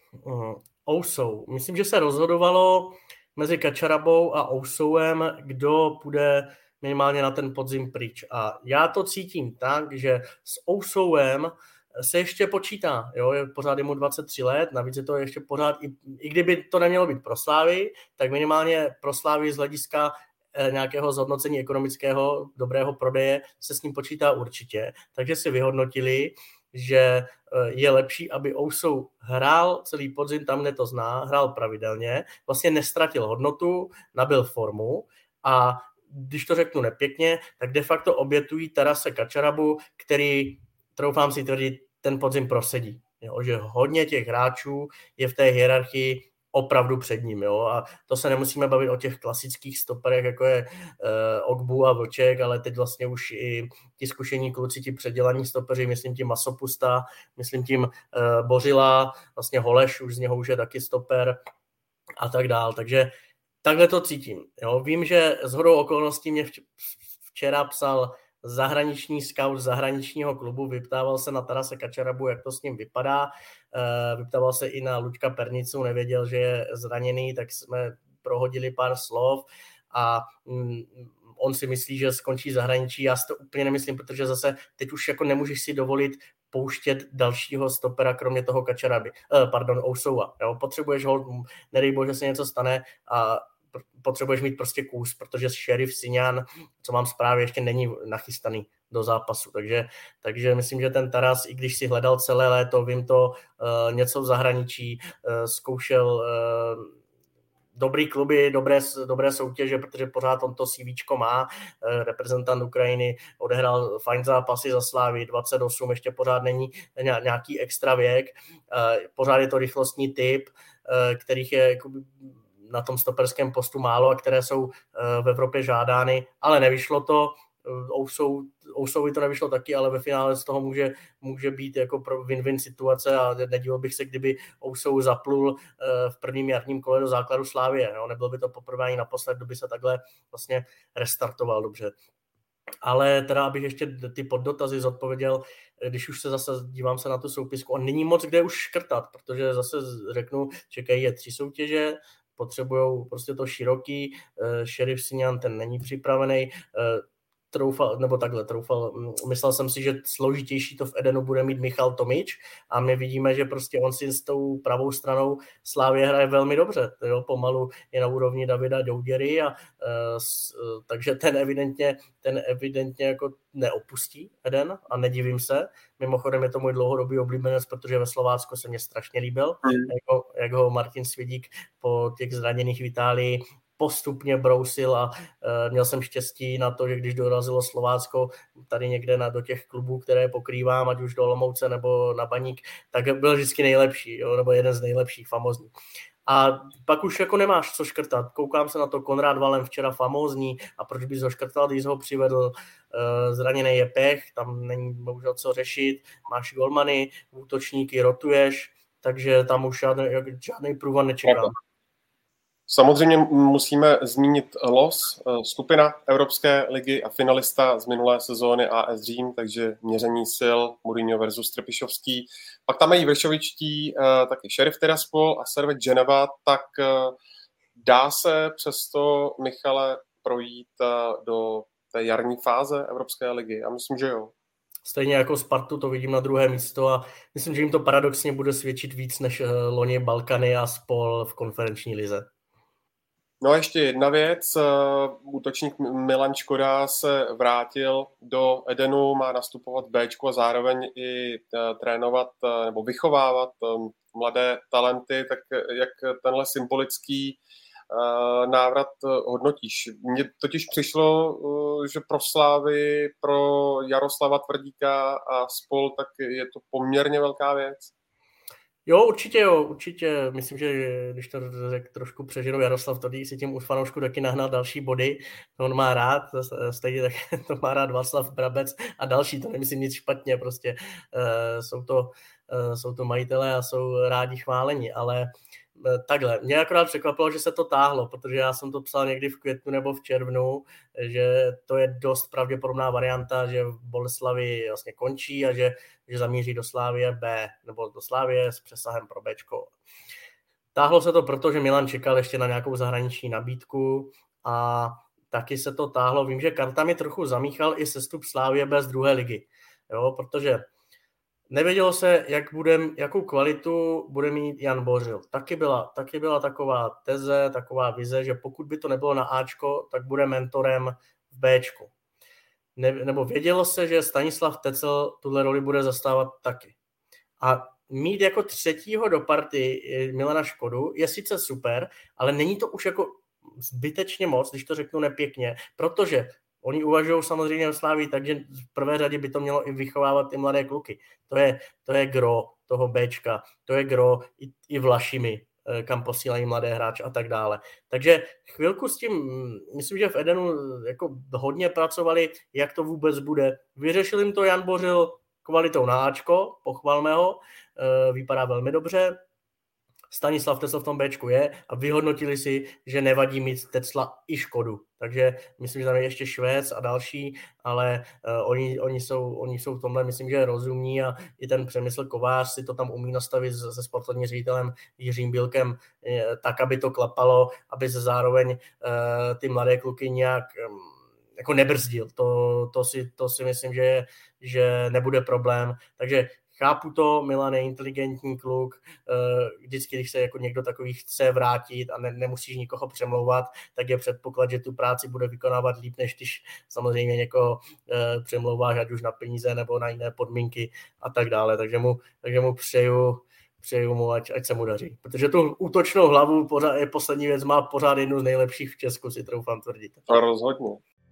Ousou. Myslím, že se rozhodovalo mezi Kačarabou a Ousouem, kdo půjde minimálně na ten podzim pryč. A já to cítím tak, že s Ousouem se ještě počítá. Jo? Pořád je mu 23 let, navíc je to ještě pořád, i kdyby to nemělo být pro Slávy, tak minimálně pro Slávy z hlediska nějakého zhodnocení ekonomického dobrého prodeje se s ním počítá určitě. Takže si vyhodnotili, že je lepší, aby Ousou hrál celý podzim tam, kde to zná, hrál pravidelně, vlastně nestratil hodnotu, nabyl formu a když to řeknu nepěkně, tak de facto obětují Tarase Kačarabu, který, troufám si tvrdit, ten podzim prosedí. Jo? Že hodně těch hráčů je v té hierarchii opravdu před ním. Jo? A to se nemusíme bavit o těch klasických stoperech, jako je Ogbu a Vlček, ale teď vlastně už i ti zkušení kluci, ti předělaní stopeři, myslím tím Masopusta, myslím tím Bořila, vlastně Holeš, už z něho už je taky stoper a tak dál. Takže takhle to cítím. Jo? Vím, že shodou okolností mě včera psal zahraniční scout zahraničního klubu, vyptával se na Tarase Kačarabu, jak to s ním vypadá, vyptával se i na Luďka Pernicu, nevěděl, že je zraněný, tak jsme prohodili pár slov a on si myslí, že skončí zahraničí, já si to úplně nemyslím, protože zase teď už jako nemůžeš si dovolit pouštět dalšího stopera, kromě toho Kačaraby, Ousoua, jo? Potřebuješ ho, nedej bože, se něco stane a potřebuješ mít prostě kus, protože Šerif Signan, co mám zprávy, ještě není nachystaný do zápasu. Takže myslím, že ten Taras, i když si hledal celé léto, vím to, něco v zahraničí, zkoušel dobrý kluby, dobré soutěže, protože pořád on to CVčko má, reprezentant Ukrajiny, odehrál fajn zápasy za Slávy, 28, ještě pořád není nějaký extra věk, pořád je to rychlostní typ, kterých je jakoby na tom stoperském postu málo a které jsou v Evropě žádány, ale nevyšlo to. Ousovi to nevyšlo taky, ale ve finále z toho může být jako win-win situace a nedivil bych se, kdyby Ousou zaplul v prvním jarním kole do základu Slávie. No, nebylo by to poprvé ani naposled, kdyby se takhle vlastně restartoval dobře. Ale teda, abych ještě ty poddotazy zodpověděl, když už se zase dívám se na tu soupisku, on není moc kde už škrtat, protože zase řeknu, čekají je 3 soutěže, potřebujou prostě to široký, Šerif Signan ten není připravený, myslel jsem si, že složitější to v Edenu bude mít Michal Tomič a my vidíme, že prostě on si s tou pravou stranou Slávie hraje velmi dobře, jo, pomalu je na úrovni Davida Douděry takže ten evidentně jako neopustí Eden a nedivím se. Mimochodem je to můj dlouhodobý oblíbenec, protože ve Slovácku se mě strašně líbil, jak ho Martin Svědík po těch zraněných v Itálii postupně brousil a měl jsem štěstí na to, že když dorazilo Slovácko tady někde do těch klubů, které pokrývám, ať už do Olomouce nebo na Baník, tak byl vždycky nejlepší, jo, nebo jeden z nejlepších, famózní. A pak už jako nemáš co škrtat. Koukám se na to, Konrád Valem včera famózní a proč bys ho škrtal, když ho přivedl, zraněný je pech, tam není bohužel co řešit, máš golmany, útočníky rotuješ, takže tam už žádný průvan nečekám. Samozřejmě musíme zmínit los, skupina Evropské ligy a finalista z minulé sezóny AS Řím, takže měření sil Mourinho versus Trpišovský. Pak tam mají vršovičtí taky Sheriff Tiraspol a Servette Geneva, tak dá se přesto, Michale, projít do té jarní fáze Evropské ligy? Já myslím, že jo. Stejně jako Spartu to vidím na druhé místo a myslím, že jim to paradoxně bude svědčit víc než loni Balkany a Spol v konferenční lize. No a ještě jedna věc, útočník Milan Škoda se vrátil do Edenu, má nastupovat v Bčku a zároveň i trénovat nebo vychovávat mladé talenty, tak jak tenhle symbolický návrat hodnotíš? Mně totiž přišlo, že pro Slávy, pro Jaroslava Tvrdíka a spol, tak je to poměrně velká věc. Jo, určitě. Myslím, že když to řekl trošku přeženu, Jaroslav Todík si tím u fanoušku taky nahnal další body, to on má rád, stejně tak to má rád Václav Brabec a další, to nemyslím nic špatně, prostě jsou to majitelé a jsou rádi chváleni, ale takhle, mě akorát překvapilo, že se to táhlo, protože já jsem to psal někdy v květnu nebo v červnu, že to je dost pravděpodobná varianta, že v Boleslavi vlastně končí a že zamíří do Slavie B, nebo do Slavie s přesahem pro Bčko. Táhlo se to proto, že Milan čekal ještě na nějakou zahraniční nabídku a taky se to táhlo. Vím, že kartami trochu zamíchal i sestup Slavie B z druhé ligy, jo, protože nevědělo se, jakou kvalitu bude mít Jan Bořil. Taky byla taková teze, taková vize, že pokud by to nebylo na Ačko, tak bude mentorem v Bčku. Nebo vědělo se, že Stanislav Tecel tuhle roli bude zastávat taky. A mít jako třetího do party Milana Škodu je sice super, ale není to už jako zbytečně moc, když to řeknu nepěkně, protože oni uvažují samozřejmě o Slávii, takže v prvé řadě by to mělo i vychovávat ty mladé kluky. To je gro toho Bčka, to je gro i Vlašimi, kam posílají mladé hráče a tak dále. Takže chvilku s tím, myslím, že v Edenu jako hodně pracovali, jak to vůbec bude. Vyřešil jim to Jan Bořil kvalitou na Ačko, pochvalme ho, vypadá velmi dobře. Stanislav Tecel v tom Bčku je a vyhodnotili si, že nevadí mít Tecla i Škodu. Takže myslím, že tam je ještě Švéc a další, ale oni jsou v tomhle, myslím, že rozumní a i ten Přemysl Kovář si to tam umí nastavit se sportovním ředitelem Jiřím Bílkem tak, aby to klapalo, aby se zároveň ty mladé kluky nějak jako nebrzdil. To si myslím, že nebude problém. Takže chápu to, Milan je inteligentní kluk, vždycky, když se jako někdo takový chce vrátit a nemusíš nikoho přemlouvat, tak je předpoklad, že tu práci bude vykonávat líp, než když samozřejmě někoho přemlouváš, ať už na peníze nebo na jiné podmínky a tak dále. Takže mu přeju mu, ať se mu daří. Protože tu útočnou hlavu je poslední věc, má pořád jednu z nejlepších v Česku, si troufám tvrdit. To rozhodně.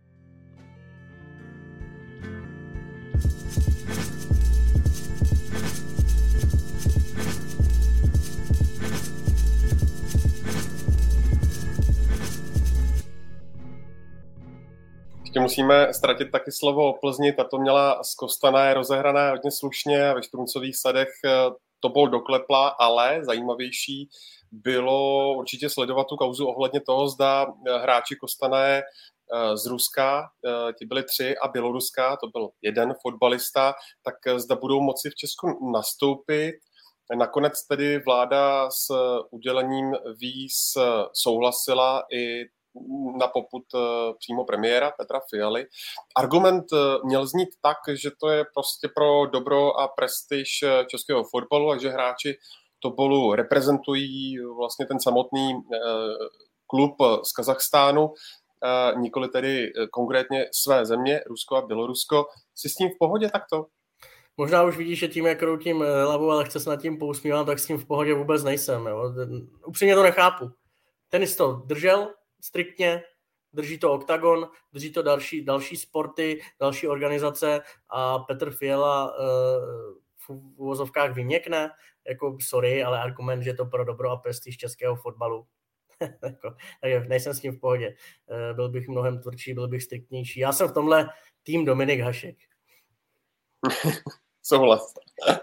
Ještě musíme ztratit taky slovo o Plzni, ta to měla z Kostané rozehrané hodně slušně a ve Štruncových sadech to byl doklepla, ale zajímavější bylo určitě sledovat tu kauzu ohledně toho, zda hráči Kostané z Ruska, ti byli 3 a Běloruska, to byl 1 fotbalista, tak zda budou moci v Česku nastoupit. Nakonec tedy vláda s udělením víz souhlasila i na popud přímo premiéra Petra Fialy. Argument měl znít tak, že to je prostě pro dobro a prestiž českého fotbalu a že hráči Topolu reprezentují vlastně ten samotný klub z Kazachstánu, nikoli tedy konkrétně své země, Rusko a Bělorusko. Jsi s tím v pohodě takto? Možná už vidíš, že tím, jak kroutím hlavu, ale chce se nad tím pousmívat, tak s tím v pohodě vůbec nejsem. Jo. Upřímně to nechápu. Tenis to držel striktně, drží to Octagon, drží to další sporty, další organizace a Petr Fiala v uvozovkách vyměkne. Jako sorry, ale argument, že je to pro dobro a prestiž českého fotbalu. Takže nejsem s tím v pohodě. Byl bych mnohem tvrdší, byl bych striktnější. Já jsem v tomhle tým Dominik Hašek. Souhlas.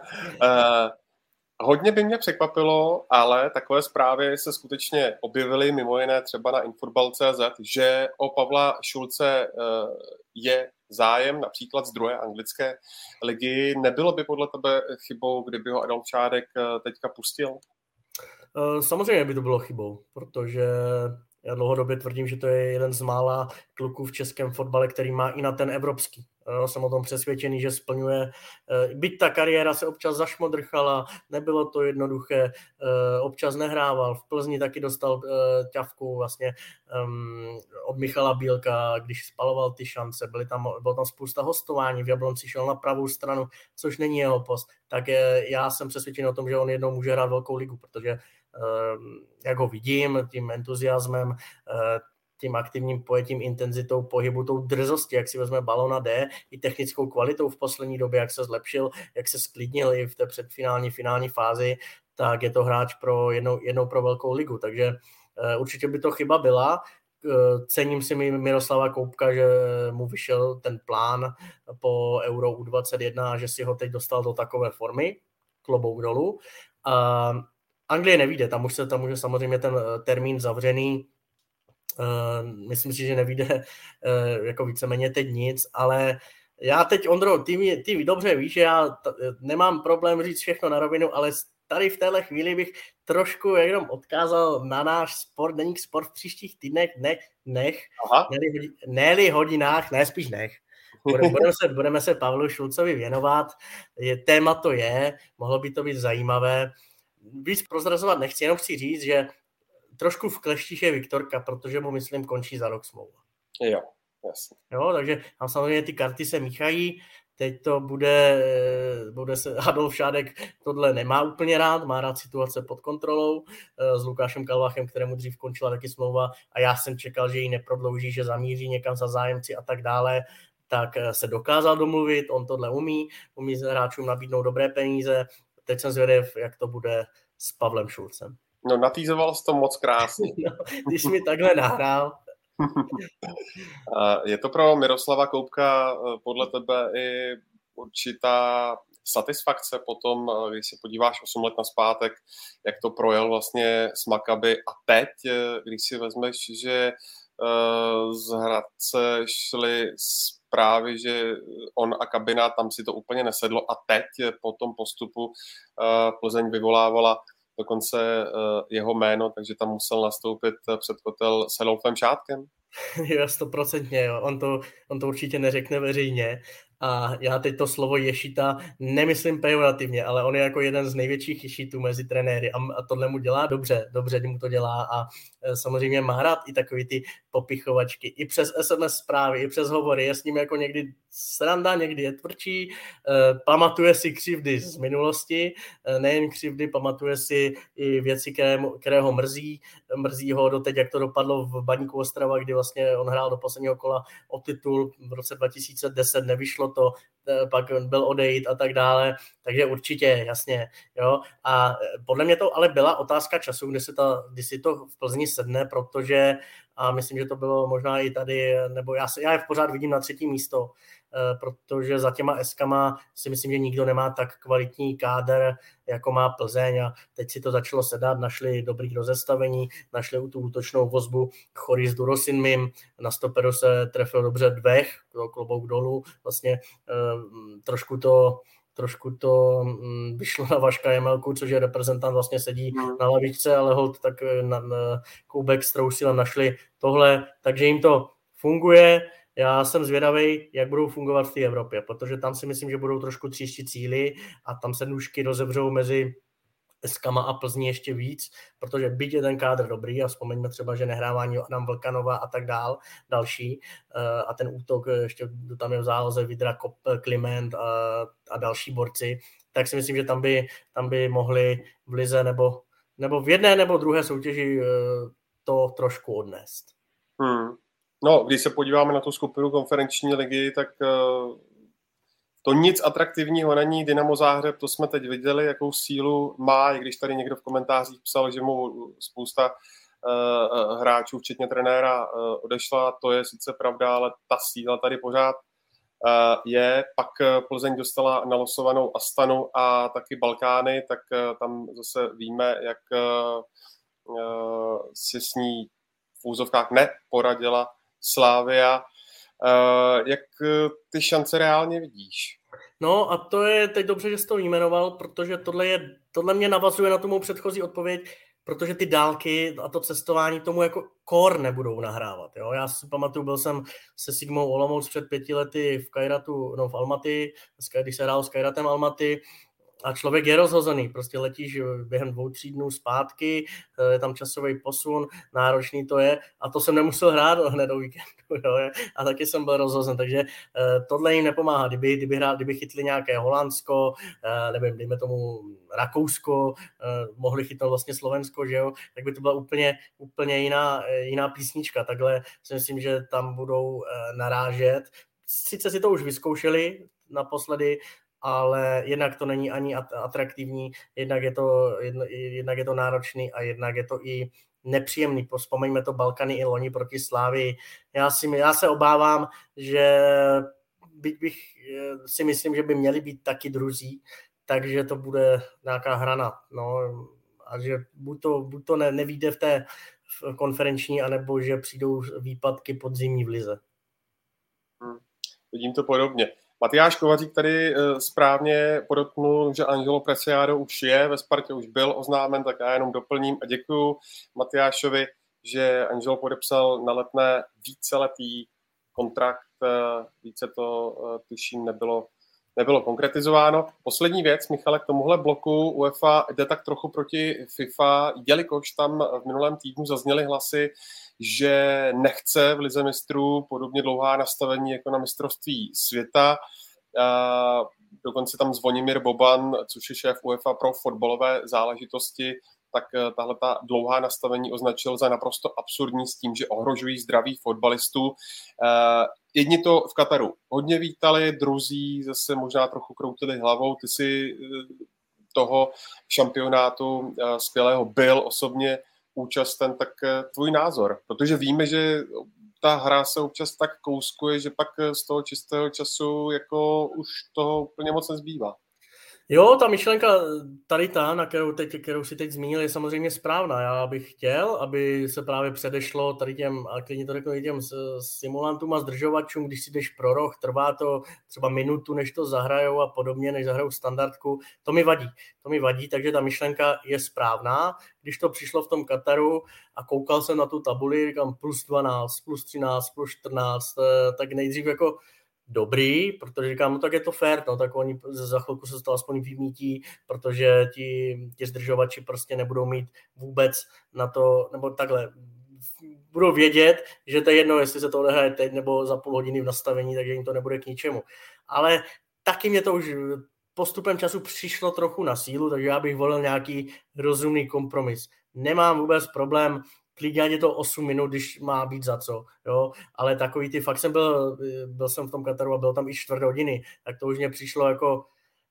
Hodně by mě překvapilo, ale takové zprávy se skutečně objevily, mimo jiné třeba na Infotball.cz, že o Pavla Šulce je zájem například z druhé anglické ligy. Nebylo by podle tebe chybou, kdyby ho Adolf Šádek teďka pustil? Samozřejmě by to bylo chybou, protože já dlouhodobě tvrdím, že to je jeden z mála kluků v českém fotbale, který má i na ten evropský. Jsem o tom přesvědčený, že splňuje, byť ta kariéra se občas zašmodrchala, nebylo to jednoduché, občas nehrával, v Plzni taky dostal ťavku vlastně od Michala Bílka, když spaloval ty šance, bylo tam spousta hostování, v Jablonci šel na pravou stranu, což není jeho post, tak já jsem přesvědčený o tom, že on jednou může hrát velkou ligu, protože jak ho vidím, tím entuziasmem, tím aktivním pojetím, intenzitou pohybu, tou drzostí, jak si vezme balón a jde, i technickou kvalitou v poslední době, jak se zlepšil, jak se sklidnil i v té finální fázi, tak je to hráč pro jednou pro velkou ligu, takže určitě by to chyba byla. Cením si Miroslava Koubka, že mu vyšel ten plán po Euro U21 a že si ho teď dostal do takové formy, klobouk dolů. Anglie nevíde, tam už je samozřejmě ten termín zavřený. Myslím si, že nevíde jako víceméně teď nic, ale já teď, Ondro, ty dobře víš, že já nemám problém říct všechno na rovinu, ale tady v téhle chvíli bych trošku jenom odkázal na náš sport, deník Sport v příštích týdnech, ne-li hodinách, ne, spíš nech. Budeme se Pavlu Šulcovi věnovat. Téma to je, mohlo by to být zajímavé. Víc prozrazovat nechci, jenom chci říct, že trošku v kleštích je Viktorka, protože mu, myslím, končí za rok smlouva. Jo, jasně. Jo, takže tam samozřejmě ty karty se míchají. Teď to bude se Adolf Šádek tohle nemá úplně rád, má rád situace pod kontrolou s Lukášem Kalvachem, kterému dřív končila taky smlouva a já jsem čekal, že ji neprodlouží, že zamíří někam za zájemci a tak dále, tak se dokázal domluvit, on tohle umí hráčům nabídnout dobré peníze. Teď jsem zvědav, jak to bude s Pavlem Šulcem. No, natýzoval jsi to moc krásně. No, když mi takhle nahrál. Je to pro Miroslava Koubka podle tebe i určitá satisfakce potom, když se podíváš 8 let nazpátek, jak to projel vlastně s Maccabi a teď, když si vezmeš, že z Hradce šly zprávy, že on a kabina, tam si to úplně nesedlo a teď po tom postupu Plzeň vyvolávala dokonce jeho jméno, takže tam musel nastoupit před kotel s Adolfem Šádkem. Jo, 100%, jo. On to určitě neřekne veřejně. A já teď to slovo ješita nemyslím pejorativně, ale on je jako jeden z největších ješitů mezi trenéry a tohle mu dělá dobře mu to dělá a samozřejmě má rád i takový ty popichovačky. I přes SMS zprávy, i přes hovory, je s ním jako někdy sranda, někdy je tvrdší, pamatuje si křivdy z minulosti, nejen křivdy, pamatuje si i věci, které ho mrzí ho doteď, jak to dopadlo v Baníku Ostrava, kdy vlastně on hrál do posledního kola o titul v roce 2010, nevyšlo to, pak byl odejít a tak dále, takže určitě, jasně, jo, a podle mě to ale byla otázka času, kdy si to v Plzni sedne, protože, a myslím, že to bylo možná i tady, nebo já je pořád vidím na 3. místo, protože za těma eskama si myslím, že nikdo nemá tak kvalitní kádr, jako má Plzeň a teď si to začalo sedat, našli dobrý rozestavení, našli tu útočnou vozbu Chory s Durosinmim, na stoperu se trefil dobře Dvech, klobouk dolů, vlastně trošku to vyšlo na Vaška Jemelku, což je reprezentant, vlastně sedí na lavičce, ale holt tak Koubek s Trousilem našli tohle, takže jim to funguje. Já jsem zvědavý, jak budou fungovat v té Evropě, protože tam si myslím, že budou trošku tříštit cíly a tam se nůžky rozevřou mezi Eskama a Plzní ještě víc, protože byť je ten kádr dobrý a vzpomeňme třeba, že nehrávání Adam Vlkanova a tak další a ten útok, ještě tam je v záloze Vidra, Kliment a další borci, tak si myslím, že tam by mohli v lize nebo v jedné nebo druhé soutěži to trošku odnést. No, když se podíváme na tu skupinu konferenční ligy, tak to nic atraktivního není. Dynamo Záhřeb, to jsme teď viděli, jakou sílu má, i když tady někdo v komentářích psal, že mu spousta hráčů, včetně trenéra, odešla. To je sice pravda, ale ta síla tady pořád je. Pak Plzeň dostala nalosovanou Astanu a taky Balkány, tak tam zase víme, jak si s ní v úzovkách neporadila Slavia. Jak ty šance reálně vidíš? No a to je teď dobře, že jsi to jmenoval, protože tohle mě navazuje na tu mou předchozí odpověď, protože ty dálky a to cestování tomu jako kor nebudou nahrávat. Jo? Já si pamatuju, byl jsem se Sigmou Olomouc před 5 lety v Kairatu, v Almaty, když se hrál s Kairatem Almaty a člověk je rozhozený, prostě letíš během 2-3 dnů zpátky, je tam časový posun, náročný to je a to jsem nemusel hrát hned o víkendu, jo, a taky jsem byl rozhozen, takže tohle jim nepomáhá, kdyby chytli nějaké Holandsko, nevím, dejme tomu Rakousko, mohli chytnout vlastně Slovensko, že jo, tak by to byla úplně jiná písnička, takhle si myslím, že tam budou narážet. Sice si to už vyzkoušeli naposledy, ale jednak to není ani atraktivní, jednak je to náročný a jednak je to i nepříjemný. Vzpomeňme to Balkany i loni proti Slávii. Já se obávám, že bych si myslím, že by měli být taky druzí, takže to bude nějaká hrana. No, a že buď to nevyjde v té konferenční, anebo že přijdou výpadky podzimní v lize. Vidím to podobně. Matyáš Kovařík tady správně podotknul, že Angelo Preciado už je ve Spartě, už byl oznámen, tak já jenom doplním a děkuju Matyášovi, že Angelo podepsal na Letné víceletý kontrakt, více to tuším nebylo konkretizováno. Poslední věc, Michale, k tomuhle bloku UEFA jde tak trochu proti FIFA, jelikož tam v minulém týdnu zazněly hlasy, že nechce v Lize mistrů podobně dlouhá nastavení jako na mistrovství světa. Dokonce tam Zvonimír Boban, což je šéf UEFA pro fotbalové záležitosti, tak tahle ta dlouhá nastavení označil za naprosto absurdní s tím, že ohrožují zdraví fotbalistů. Jedni to v Kataru hodně vítali, druzí zase možná trochu kroutili hlavou. Ty si toho šampionátu skvělého byl osobně účasten, tak tvůj názor, protože víme, že ta hra se občas tak kouskuje, že pak z toho čistého času jako už toho úplně moc nezbývá. Jo, ta myšlenka tady na kterou si teď zmínil, je samozřejmě správná. Já bych chtěl, aby se právě předešlo tady těm, a klidně to řeknu, těm simulantům a zdržovačům, když si jdeš pro roh, trvá to třeba minutu, než to zahrajou a podobně, než zahrajou standardku. To mi vadí, takže ta myšlenka je správná. Když to přišlo v tom Kataru a koukal jsem na tu tabuli, říkám plus 12, plus 13, plus 14, tak nejdřív jako dobrý, protože říkám, no tak je to fair, no tak oni za chvilku se to aspoň vymítí, protože ti zdržovači prostě nebudou mít vůbec na to, nebo takhle, budou vědět, že to je jedno, jestli se to odehraje teď nebo za půl hodiny v nastavení, takže jim to nebude k ničemu. Ale taky mě to už postupem času přišlo trochu na sílu, takže já bych volil nějaký rozumný kompromis. Nemám vůbec problém, klidně je to 8 minut, když má být za co, jo, ale takový ty, fakt jsem byl jsem v tom Kataru a byl tam i 4 hodiny, tak to už mě přišlo jako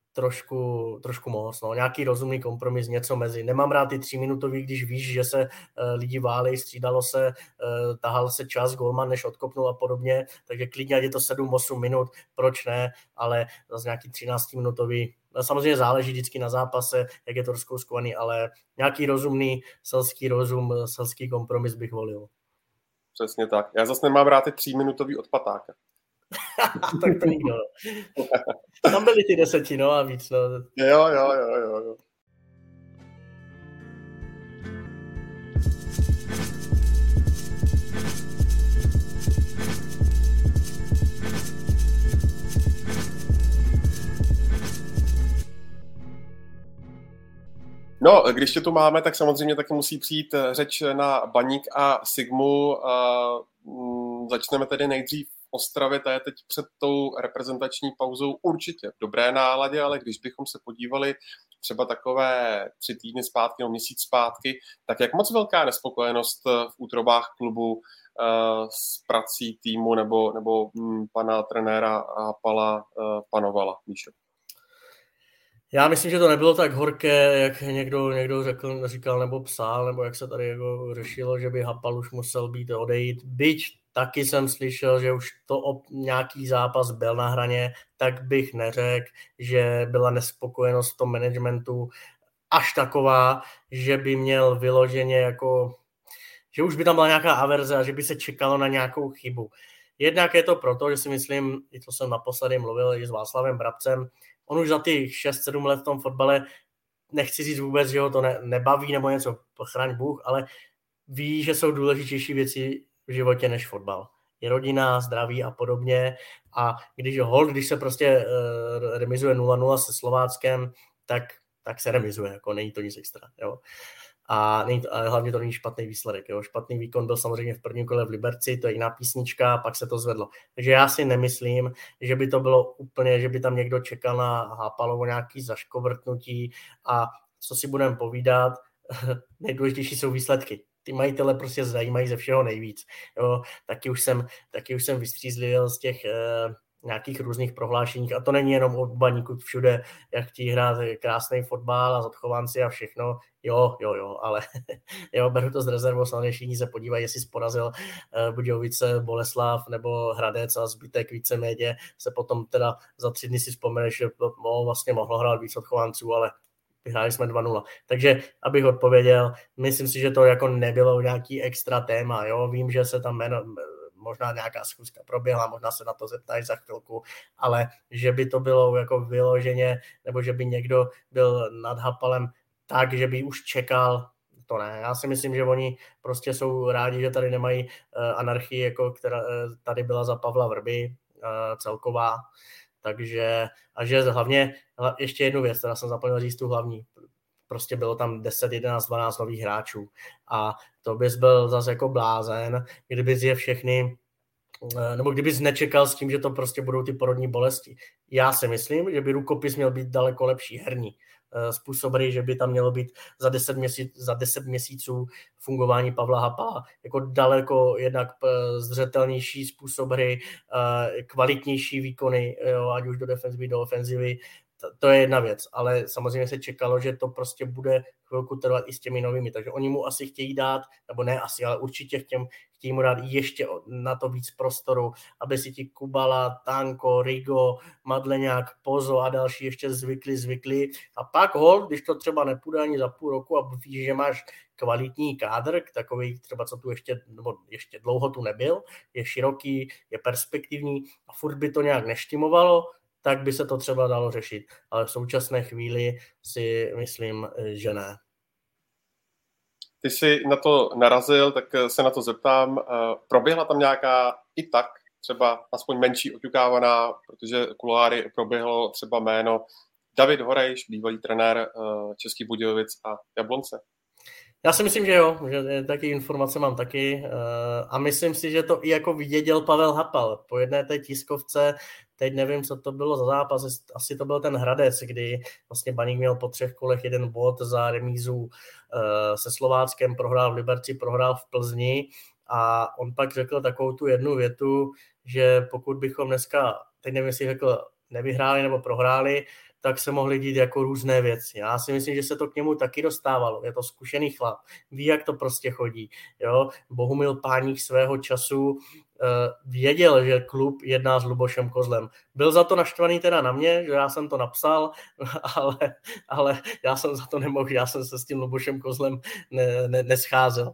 trošku moc, no, nějaký rozumný kompromis, něco mezi. Nemám rád ty 3-minutový, když víš, že se lidi válej, střídalo se, tahal se čas, golman než odkopnul a podobně, takže klidně je to 7-8 minut, proč ne, ale zase nějaký 13-minutový, samozřejmě záleží vždycky na zápase, jak je to rozkouskovaný, ale nějaký rozumný selský kompromis bych volil. Přesně tak. Já zase nemám rád ty 3-minutový od Patáka. Tak to nikdo. Tam byly ty 10, no a víc. No. Jo. No, když tě tu máme, tak samozřejmě taky musí přijít řeč na Baník a Sigmu. Začneme tedy nejdřív v Ostravě, ta je teď před tou reprezentační pauzou určitě v dobré náladě, ale když bychom se podívali třeba takové 3 týdny zpátky nebo měsíc zpátky, tak jak moc velká nespokojenost v útrobách klubu s prací týmu nebo pana trenéra Pala panovala, Míšo? Já myslím, že to nebylo tak horké, jak někdo říkal nebo psal, nebo jak se tady jako řešilo, že by Hapal už musel být odejít. Byť taky jsem slyšel, že už to nějaký zápas byl na hraně, tak bych neřekl, že byla nespokojenost v tom managementu až taková, že by měl vyloženě jako, že už by tam byla nějaká averze a že by se čekalo na nějakou chybu. Jednak je to proto, že si myslím, i to jsem naposledy mluvil i s Václavem Brabcem, on už za těch 6-7 let v tom fotbale, nechci říct vůbec, že ho to nebaví nebo něco, chraň Bůh, ale ví, že jsou důležitější věci v životě než fotbal. Je rodina, zdraví a podobně. A když se prostě remizuje 0-0 se Slováckem, tak se remizuje, jako není to nic extra, jo. A hlavně to není špatný výsledek. Jo. Špatný výkon byl samozřejmě v prvním kole v Liberci, to je jiná písnička, pak se to zvedlo. Takže já si nemyslím, že by to bylo úplně, že by tam někdo čekal na Hápalovo nějaký zaškovrtnutí a co si budeme povídat, nejdůležitější jsou výsledky. Ty majitele prostě zajímají ze všeho nejvíc. Jo. Taky už jsem vystřízlil z těch nějakých různých prohlášeních a to není jenom od baníku všude, jak chtějí hrát krásný fotbal a zadchovanci a všechno. Jo, ale jo, beru to z rezervou, samozřejmě všichni se podívají, jestli porazil Budějovice, Boleslav nebo Hradec a zbytek víceméně se potom teda za 3 dny si vzpomeneš, že vlastně mohlo hrát víc odchovanců, ale vyhráli jsme 2-0. Takže, abych odpověděl, myslím si, že to jako nebylo nějaký extra téma, jo, vím, že se tam možná nějaká schůzka proběhla, možná se na to zeptají za chvilku, ale že by to bylo jako vyloženě, nebo že by někdo byl nad Hapalem tak, že by už čekal, to ne. Já si myslím, že oni prostě jsou rádi, že tady nemají anarchii, jako která tady byla za Pavla Vrby, celková. Takže, a že hlavně, ještě jednu věc, teda jsem zapomněl říct tu hlavní, prostě bylo tam 10, 11, 12 nových hráčů a to bys byl zase jako blázen, kdybys je všechny, nebo kdybys nečekal s tím, že to prostě budou ty porodní bolesti. Já si myslím, že by rukopis měl být daleko lepší herní způsob hry, že by tam mělo být za 10 měsíců fungování Pavla Hapala jako daleko jednak zřetelnější způsob hry, kvalitnější výkony, jo, ať už do defenzivy, do ofenzivy. To je jedna věc, ale samozřejmě se čekalo, že to prostě bude chvilku trvat i s těmi novými, takže oni mu asi chtějí dát, nebo ne asi, ale určitě chtějí mu dát ještě na to víc prostoru, aby si ti Kubala, Tanko, Rigo, Madleňák, Pozo a další ještě zvykli a pak když to třeba nepůjde ani za půl roku a víš, že máš kvalitní kádr, takový třeba, co tu ještě dlouho tu nebyl, je široký, je perspektivní a furt by to nějak neštimovalo, tak by se to třeba dalo řešit. Ale v současné chvíli si myslím, že ne. Ty jsi na to narazil, tak se na to zeptám. Proběhla tam nějaká i tak třeba aspoň menší oťukávaná, protože kuloáry proběhlo třeba jméno David Horejš, bývalý trenér Českých Budějovic a Jablonce? Já si myslím, že jo, že taky informace mám taky a myslím si, že to i jako věděl Pavel Hapal. Po jedné té tiskovce, teď nevím, co to bylo za zápas, asi to byl ten Hradec, kdy vlastně Baník měl po 3 kolech 1 bod za remízu se Slováckem, prohrál v Liberci, prohrál v Plzni a on pak řekl takovou tu jednu větu, že pokud bychom dneska, teď nevím, jestli řekl, nevyhráli nebo prohráli, tak se mohly dít jako různé věci. Já si myslím, že se to k němu taky dostávalo. Je to zkušený chlap. Ví, jak to prostě chodí. Jo? Bohumil Páník svého času věděl, že klub jedná s Lubošem Kozlem. Byl za to naštvaný teda na mě, že já jsem to napsal, ale já jsem za to nemohl. Já jsem se s tím Lubošem Kozlem nescházel.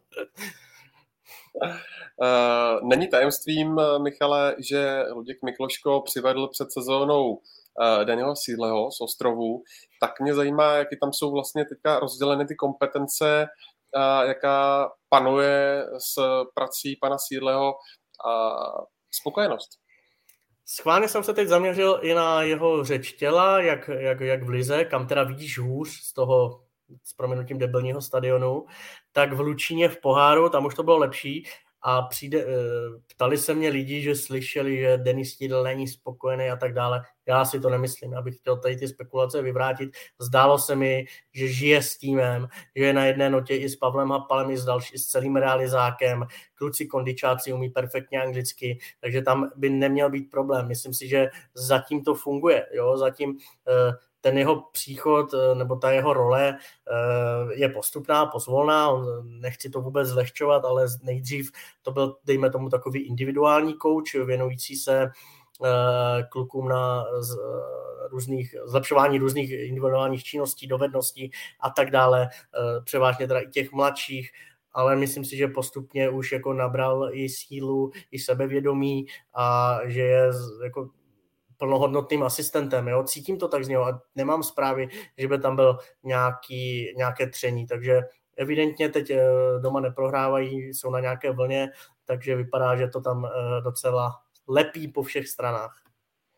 Není tajemstvím, Michale, že Luděk Mikloško přivedl před sezónou Daniela Sídleho z Ostrovů, tak mě zajímá, jaké tam jsou vlastně teďka rozděleny ty kompetence, jaká panuje s prací pana Sídleho a spokojenost. Schválně jsem se teď zaměřil i na jeho řeč těla, jak v lize, kam teda vidíš hůř z toho s prominutím debilního stadionu, tak v Lučíně v poháru, tam už to bylo lepší a ptali se mě lidi, že slyšeli, že Denis Sídl není spokojený a tak dále. Já si to nemyslím, já bych chtěl tady ty spekulace vyvrátit. Zdálo se mi, že žije s týmem, že je na jedné notě i s Pavlem Hapalem, i s celým realizákem. Kluci kondičáci umí perfektně anglicky, takže tam by neměl být problém. Myslím si, že zatím to funguje. Jo? Zatím ten jeho příchod nebo ta jeho role je postupná, pozvolná, nechci to vůbec zlehčovat, ale nejdřív to byl, dejme tomu, takový individuální coach, věnující se klukům na zlepšování různých individuálních činností, dovedností a tak dále, převážně teda i těch mladších, ale myslím si, že postupně už jako nabral i sílu, i sebevědomí a že je jako plnohodnotným asistentem, jo? Cítím to tak z něho a nemám zprávy, že by tam byl nějaké tření, takže evidentně teď doma neprohrávají, jsou na nějaké vlně, takže vypadá, že to tam docela lepí po všech stranách.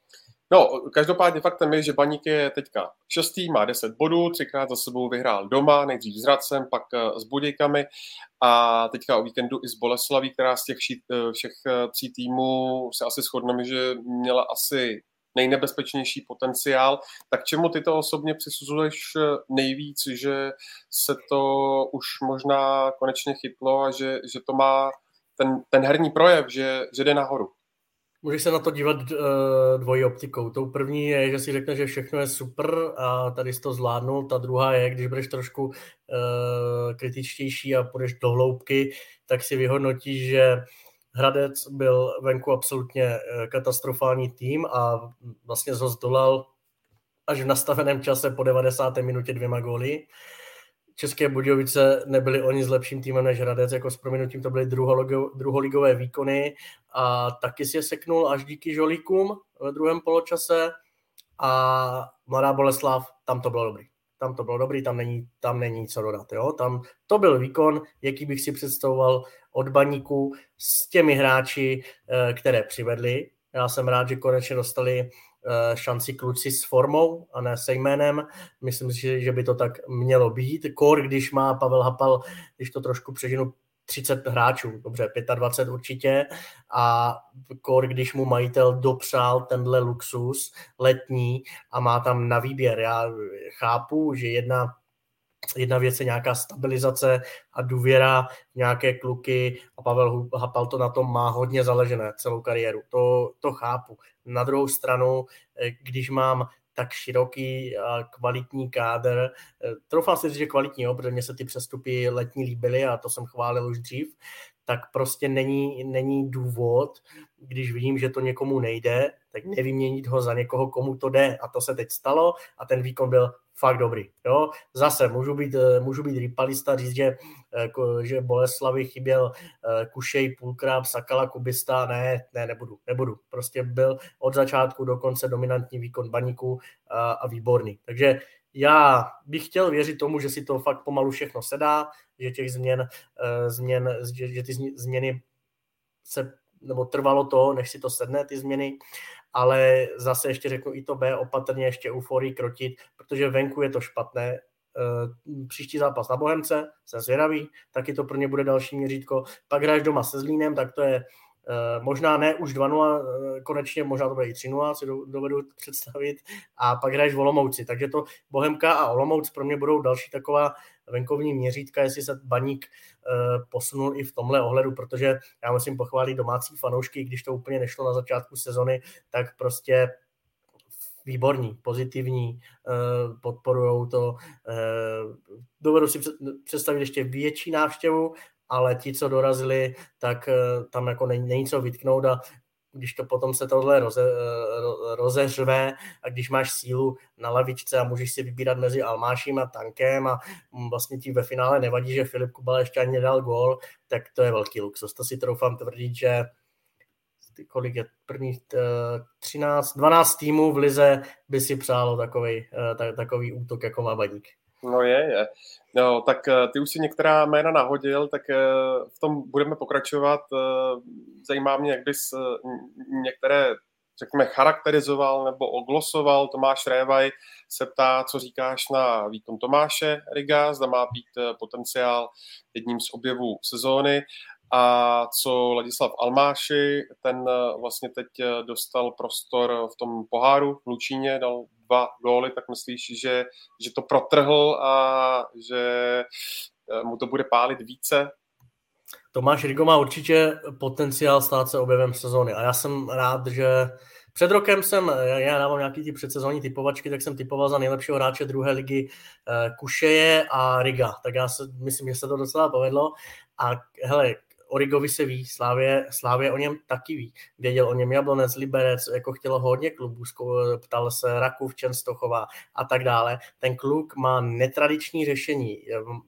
No, každopádně faktem je, že Baník je teďka 6. má 10 bodů, 3krát za sebou vyhrál doma, nejdřív s Hradcem, pak s Budějkami a teďka o víkendu i s Boleslaví, která z těch všech 3 týmů se asi shodneme, že měla asi nejnebezpečnější potenciál. Tak čemu ty to osobně přisuzuješ nejvíc, že se to už možná konečně chytlo a že to má ten herní projev, že jde nahoru? Můžeš se na to dívat dvojí optikou. Tou první je, že si řekne, že všechno je super a tady jsi to zvládnul. Ta druhá je, když budeš trošku kritičtější a půjdeš do hloubky, tak si vyhodnotíš, že Hradec byl venku absolutně katastrofální tým a vlastně ho zdolal až v nastaveném čase po 90. minutě 2 góly. České Budějovice nebyly o nic lepším týmem než Hradec, jako s prominutím to byly druholigové výkony a taky si je seknul až díky žolíkům ve druhém poločase a Mladá Boleslav, tam to bylo dobrý, tam není co dodat. Jo? Tam to byl výkon, jaký bych si představoval od Baníku s těmi hráči, které přivedli. Já jsem rád, že konečně dostali šanci kluci s formou a ne se jménem. Myslím si, že by to tak mělo být. Kor, když má Pavel Hapal, když to trošku přežinu, 30 hráčů, dobře, 25 určitě, a kor, když mu majitel dopřál tenhle luxus letní a má tam na výběr. Já chápu, že jedna věc je nějaká stabilizace a důvěra v nějaké kluky a Pavel Hapal to na tom má hodně založené celou kariéru. To chápu. Na druhou stranu, když mám tak široký a kvalitní kádr, troufám si říct, že kvalitní, protože mě se ty přestupy letní líbily a to jsem chválil už dřív, tak prostě není důvod, když vidím, že to někomu nejde, tak nevyměnit ho za někoho, komu to jde. A to se teď stalo a ten výkon byl fakt dobrý. Jo? Zase můžu být rýpalista, říct, že Boleslavi chyběl Kušej, Půlkráp, Sakala, Kubista. Ne, nebudu. Prostě byl od začátku do konce dominantní výkon Baníku a výborný. Takže já bych chtěl věřit tomu, že si to fakt pomalu všechno sedá, že těch že ty změny nebo trvalo to, než si to sedne, ty změny, ale zase ještě řeknu i to B, opatrně ještě euforii krotit, protože venku je to špatné. Příští zápas na Bohemce, jsem zvědavý, taky to pro ně bude další měřítko. Pak hraješ doma se Zlínem, tak to je možná ne už 2-0, konečně možná to bude i 3-0, si dovedu představit, a pak hraješ v Olomouci, takže to Bohemka a Olomouc pro mě budou další taková venkovní měřítka, jestli se Baník posunul i v tomhle ohledu, protože já musím pochválit domácí fanoušky, když to úplně nešlo na začátku sezony, tak prostě výborní, pozitivní, podporujou to. Dovedu si představit ještě větší návštěvu, ale ti, co dorazili, tak tam jako není co vytknout a když to potom se tohle rozeřve a když máš sílu na lavičce a můžeš si vybírat mezi Almáším a Tankem a vlastně ti ve finále nevadí, že Filip Kubala ještě ani nedal gól, tak to je velký luxus. To si troufám tvrdit, že kolik je prvních 12 týmů v lize by si přálo takový útok, jako má Baník. No je. No, tak ty už si některá jména nahodil, tak v tom budeme pokračovat. Zajímá mě, jak bys některé, řekněme, charakterizoval nebo oglosoval. Tomáš Révaj se ptá, co říkáš na výkon Tomáše Riga, zda má být potenciál jedním z objevů sezóny. A co Ladislav Almáši, ten vlastně teď dostal prostor v tom poháru v Lučíně, dal 2 góly, tak myslíš, že to protrhl a že mu to bude pálit více? Tomáš Rigo má určitě potenciál stát se objevem sezóny a já jsem rád, že před rokem já dávám nějaký ty předsezónní typovačky, tak jsem typoval za nejlepšího hráče druhé ligy Kušeje a Riga, tak já myslím, že se to docela povedlo a hele, o Rigovi se ví, Slávě o něm taky ví. Věděl o něm Jablonec, Liberec, jako chtělo hodně klubů, ptal se Rakův, Čenstochová a tak dále. Ten kluk má netradiční řešení.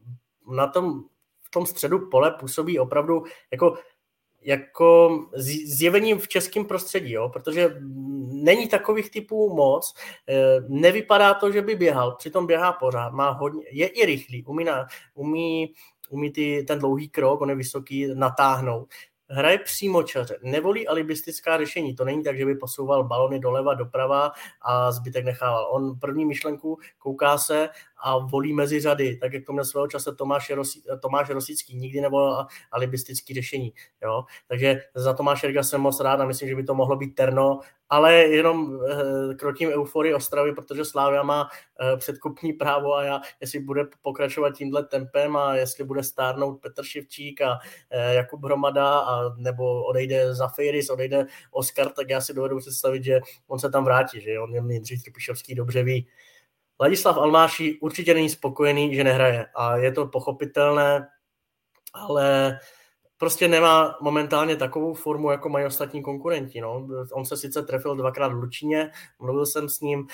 V tom středu pole působí opravdu jako zjevením v českém prostředí, jo? Protože není takových typů moc, nevypadá to, že by běhal, přitom běhá pořád, má hodně, je i rychlý, umí ten dlouhý krok, on je vysoký, natáhnout. hraje přímočaře, nevolí alibistická řešení. To není tak, že by posouval balony doleva, doprava a zbytek nechával. On první myšlenku kouká se a volí mezi řady, tak jak to měl svého čase Tomáš Rosický, nikdy nevolil alibistický řešení. Jo? Takže za Tomáše Riga jsem moc rád a myslím, že by to mohlo být terno, ale jenom krotím euforii Ostravy, protože Slavia má předkupní právo a jestli bude pokračovat tímhle tempem a jestli bude stárnout Petr Ševčík a Jakub Hromada a nebo odejde Zafiris, odejde Oskar, tak já si dovedu představit, že on se tam vrátí, že on Jindřich Trpišovský dobře ví. Ladislav Almáši určitě není spokojený, že nehraje a je to pochopitelné, ale prostě nemá momentálně takovou formu, jako mají ostatní konkurenti. No. On se sice trefil 2krát v Lučíně, mluvil jsem s ním,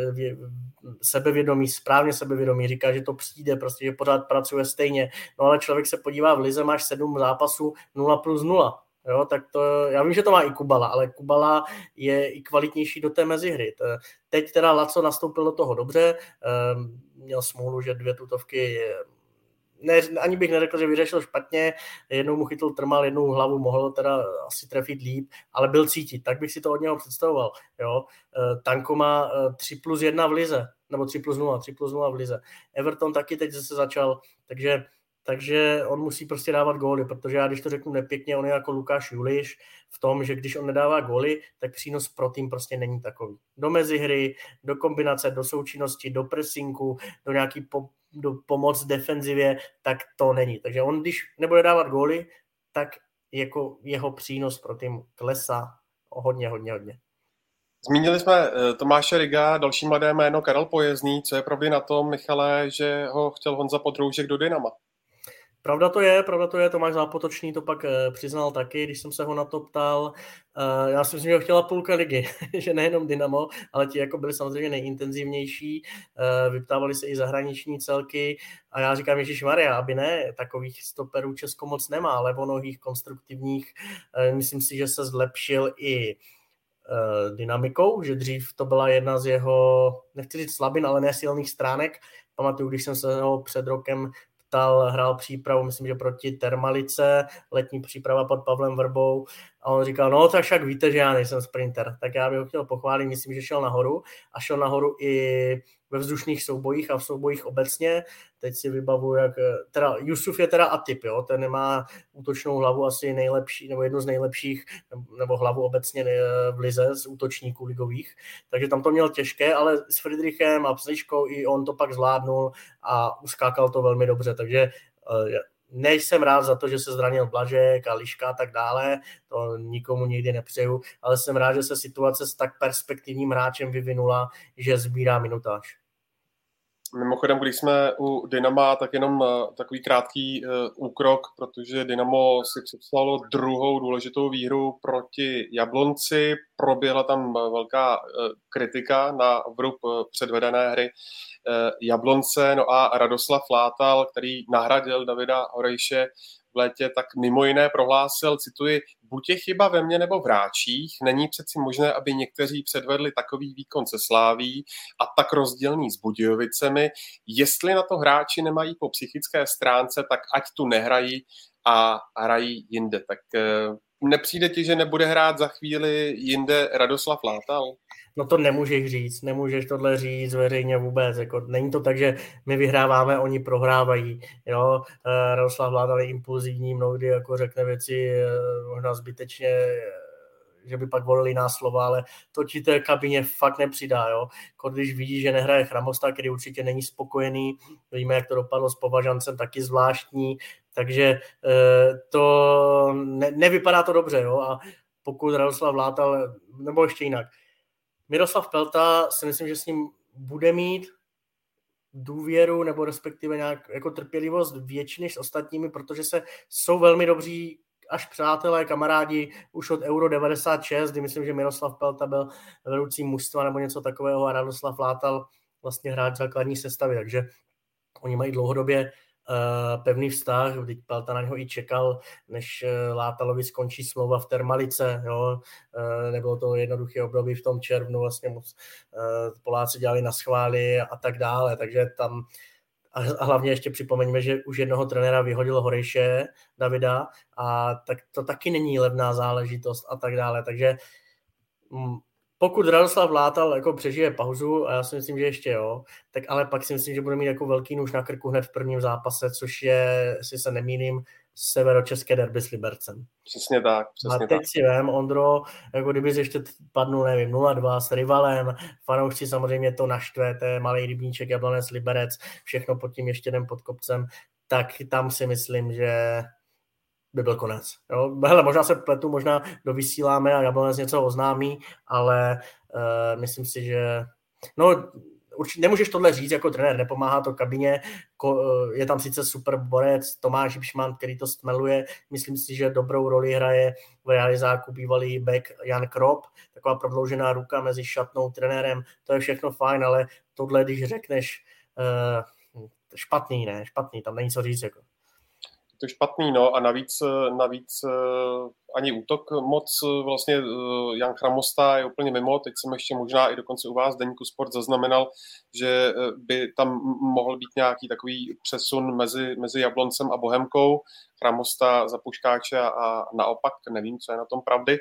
správně sebevědomý, říká, že to přijde, prostě, že pořád pracuje stejně. No ale člověk se podívá, v lize máš 7 zápasů 0+0. Jo, tak to, já vím, že to má i Kubala, ale Kubala je i kvalitnější do té mezihry. Teď teda Laco nastoupil do toho dobře, měl smůlu, že 2 tutovky ani bych neřekl, že vyřešil špatně, jednou mu chytl trmal, jednou hlavu, mohl teda asi trefit líp, ale byl cítit, tak bych si to od něho představoval. Jo. Tanko má 3+1 v lize, nebo 3+0 v lize. Everton taky teď zase začal, takže on musí prostě dávat góly, protože já, když to řeknu nepěkně, on je jako Lukáš Juliš v tom, že když on nedává góly, tak přínos pro tým prostě není takový. Do mezihry, do kombinace, do součinnosti, do pressingu, do nějaký do pomoc defenzivě, tak to není. Takže on, když nebude dávat góly, tak jako jeho přínos pro tým klesá hodně. Zmínili jsme Tomáše Riga, další mladé jméno Karel Pojezný. Co je pravdy na tom, Michale, že ho chtěl Honza Podroužek do Dynama? Pravda to je, Tomáš Zápotočný to pak přiznal taky, když jsem se ho na to ptal. Já si myslím, že ho chtěla půlka ligy, že nejenom Dynamo, ale ti jako byli samozřejmě nejintenzivnější, vyptávali se i zahraniční celky a já říkám, ježišmarja, aby ne, takových stoperů Česko moc nemá, levonohých, konstruktivních, myslím si, že se zlepšil i dynamikou, že dřív to byla jedna z jeho, nechci říct slabin, ale nesilných stránek. Pamatuju, když jsem se ho před rokem hrál přípravu, myslím, že proti Termalice, letní příprava pod Pavlem Vrbou a on říkal, no tak však víte, že já nejsem sprinter, tak já bych ho chtěl pochválit, myslím, že šel nahoru i ve vzdušných soubojích a v soubojích obecně. Teď si vybavuju, jak teda Jusuf je teda atyp, jo, ten nemá útočnou hlavu asi nejlepší, nebo jednu z nejlepších, nebo hlavu obecně v lize z útočníků ligových, takže tam to měl těžké, ale s Friedrichem a Psličkou i on to pak zvládnul a uskákal to velmi dobře, takže nejsem rád za to, že se zranil Blažek a Liška a tak dále, to nikomu nikdy nepřeju, ale jsem rád, že se situace s tak perspektivním hráčem vyvinula, že sbírá minutáž. Mimochodem, když jsme u Dynama, tak jenom takový krátký úkrok, protože Dynamo si připsalo druhou důležitou výhru proti Jablonci. Proběhla tam velká kritika na vrub předvedené hry Jablonce. No a Radoslav Látal, který nahradil Davida Horejše v létě, tak mimo jiné prohlásil, cituji, buď je chyba ve mně nebo v hráčích, není přeci možné, aby někteří předvedli takový výkon se Sláví a tak rozdílný s Budějovicemi. Jestli na to hráči nemají po psychické stránce, tak ať tu nehrají a hrají jinde. Tak nepřijde ti, že nebude hrát za chvíli jinde Radoslav Látal? No to nemůžeš tohle říct veřejně vůbec, jako není to tak, že my vyhráváme, oni prohrávají, jo, Radoslav Látal je impulzivní, mnohdy jako řekne věci možná zbytečně, že by pak volili jiná slova, ale to ti té kabině fakt nepřidá, jo, když vidí, že nehraje Chramosta, který určitě není spokojený, víme, jak to dopadlo s Považancem, taky zvláštní, takže to nevypadá to dobře, jo, a pokud Radoslav Látal, nebo ještě jinak, Miroslav Pelta si myslím, že s ním bude mít důvěru nebo respektive nějak jako trpělivost větší než s ostatními, protože jsou velmi dobří až přátelé, kamarádi už od Euro 96, kdy myslím, že Miroslav Pelta byl vedoucí mužstva nebo něco takového a Radoslav Látal vlastně hráč základní sestavy, takže oni mají dlouhodobě pevný vztah, vždyť Pelta na něho i čekal, než Látalovi skončí smlouva v Termalice, jo, nebylo to jednoduché období v tom červnu, vlastně Poláci dělali na schvály a tak dále, takže tam a hlavně ještě připomeňme, že už jednoho trenéra vyhodil Horejše, Davida, a tak to taky není levná záležitost a tak dále, takže pokud Radoslav Látal jako přežije pauzu, a já si myslím, že ještě jo, tak ale pak si myslím, že bude mít jako velký nůž na krku hned v prvním zápase, což je, jestli se nemýlím, severočeské derby s Libercem. Přesně tak. A teď si vem, Ondro, jako kdyby ještě padnul, nevím, 0-2 s rivalem, fanoušci samozřejmě to naštve, to je malej rybníček, Jablonec, Liberec, všechno pod tím ještědem pod kopcem, tak tam si myslím, že by byl konec. Jo? Hele, možná se pletu, možná dovysíláme a Jablonec něco oznámí, ale myslím si, že určitě nemůžeš tohle říct jako trenér, nepomáhá to kabině, je tam sice super borec Tomáš Hipšman, který to stmeluje, myslím si, že dobrou roli hraje v realizáku bývalý back Jan Krop, taková prodloužená ruka mezi šatnou trenérem, to je všechno fajn, ale tohle, když řekneš špatný, tam není co říct. Jako. To špatný, no a navíc ani útok moc, vlastně Jan Chramosta je úplně mimo, teď jsem ještě možná i dokonce u vás Deníku Sport zaznamenal, že by tam mohl být nějaký takový přesun mezi Jabloncem a Bohemkou, Chramosta za Puškáče a naopak, nevím, co je na tom pravdy.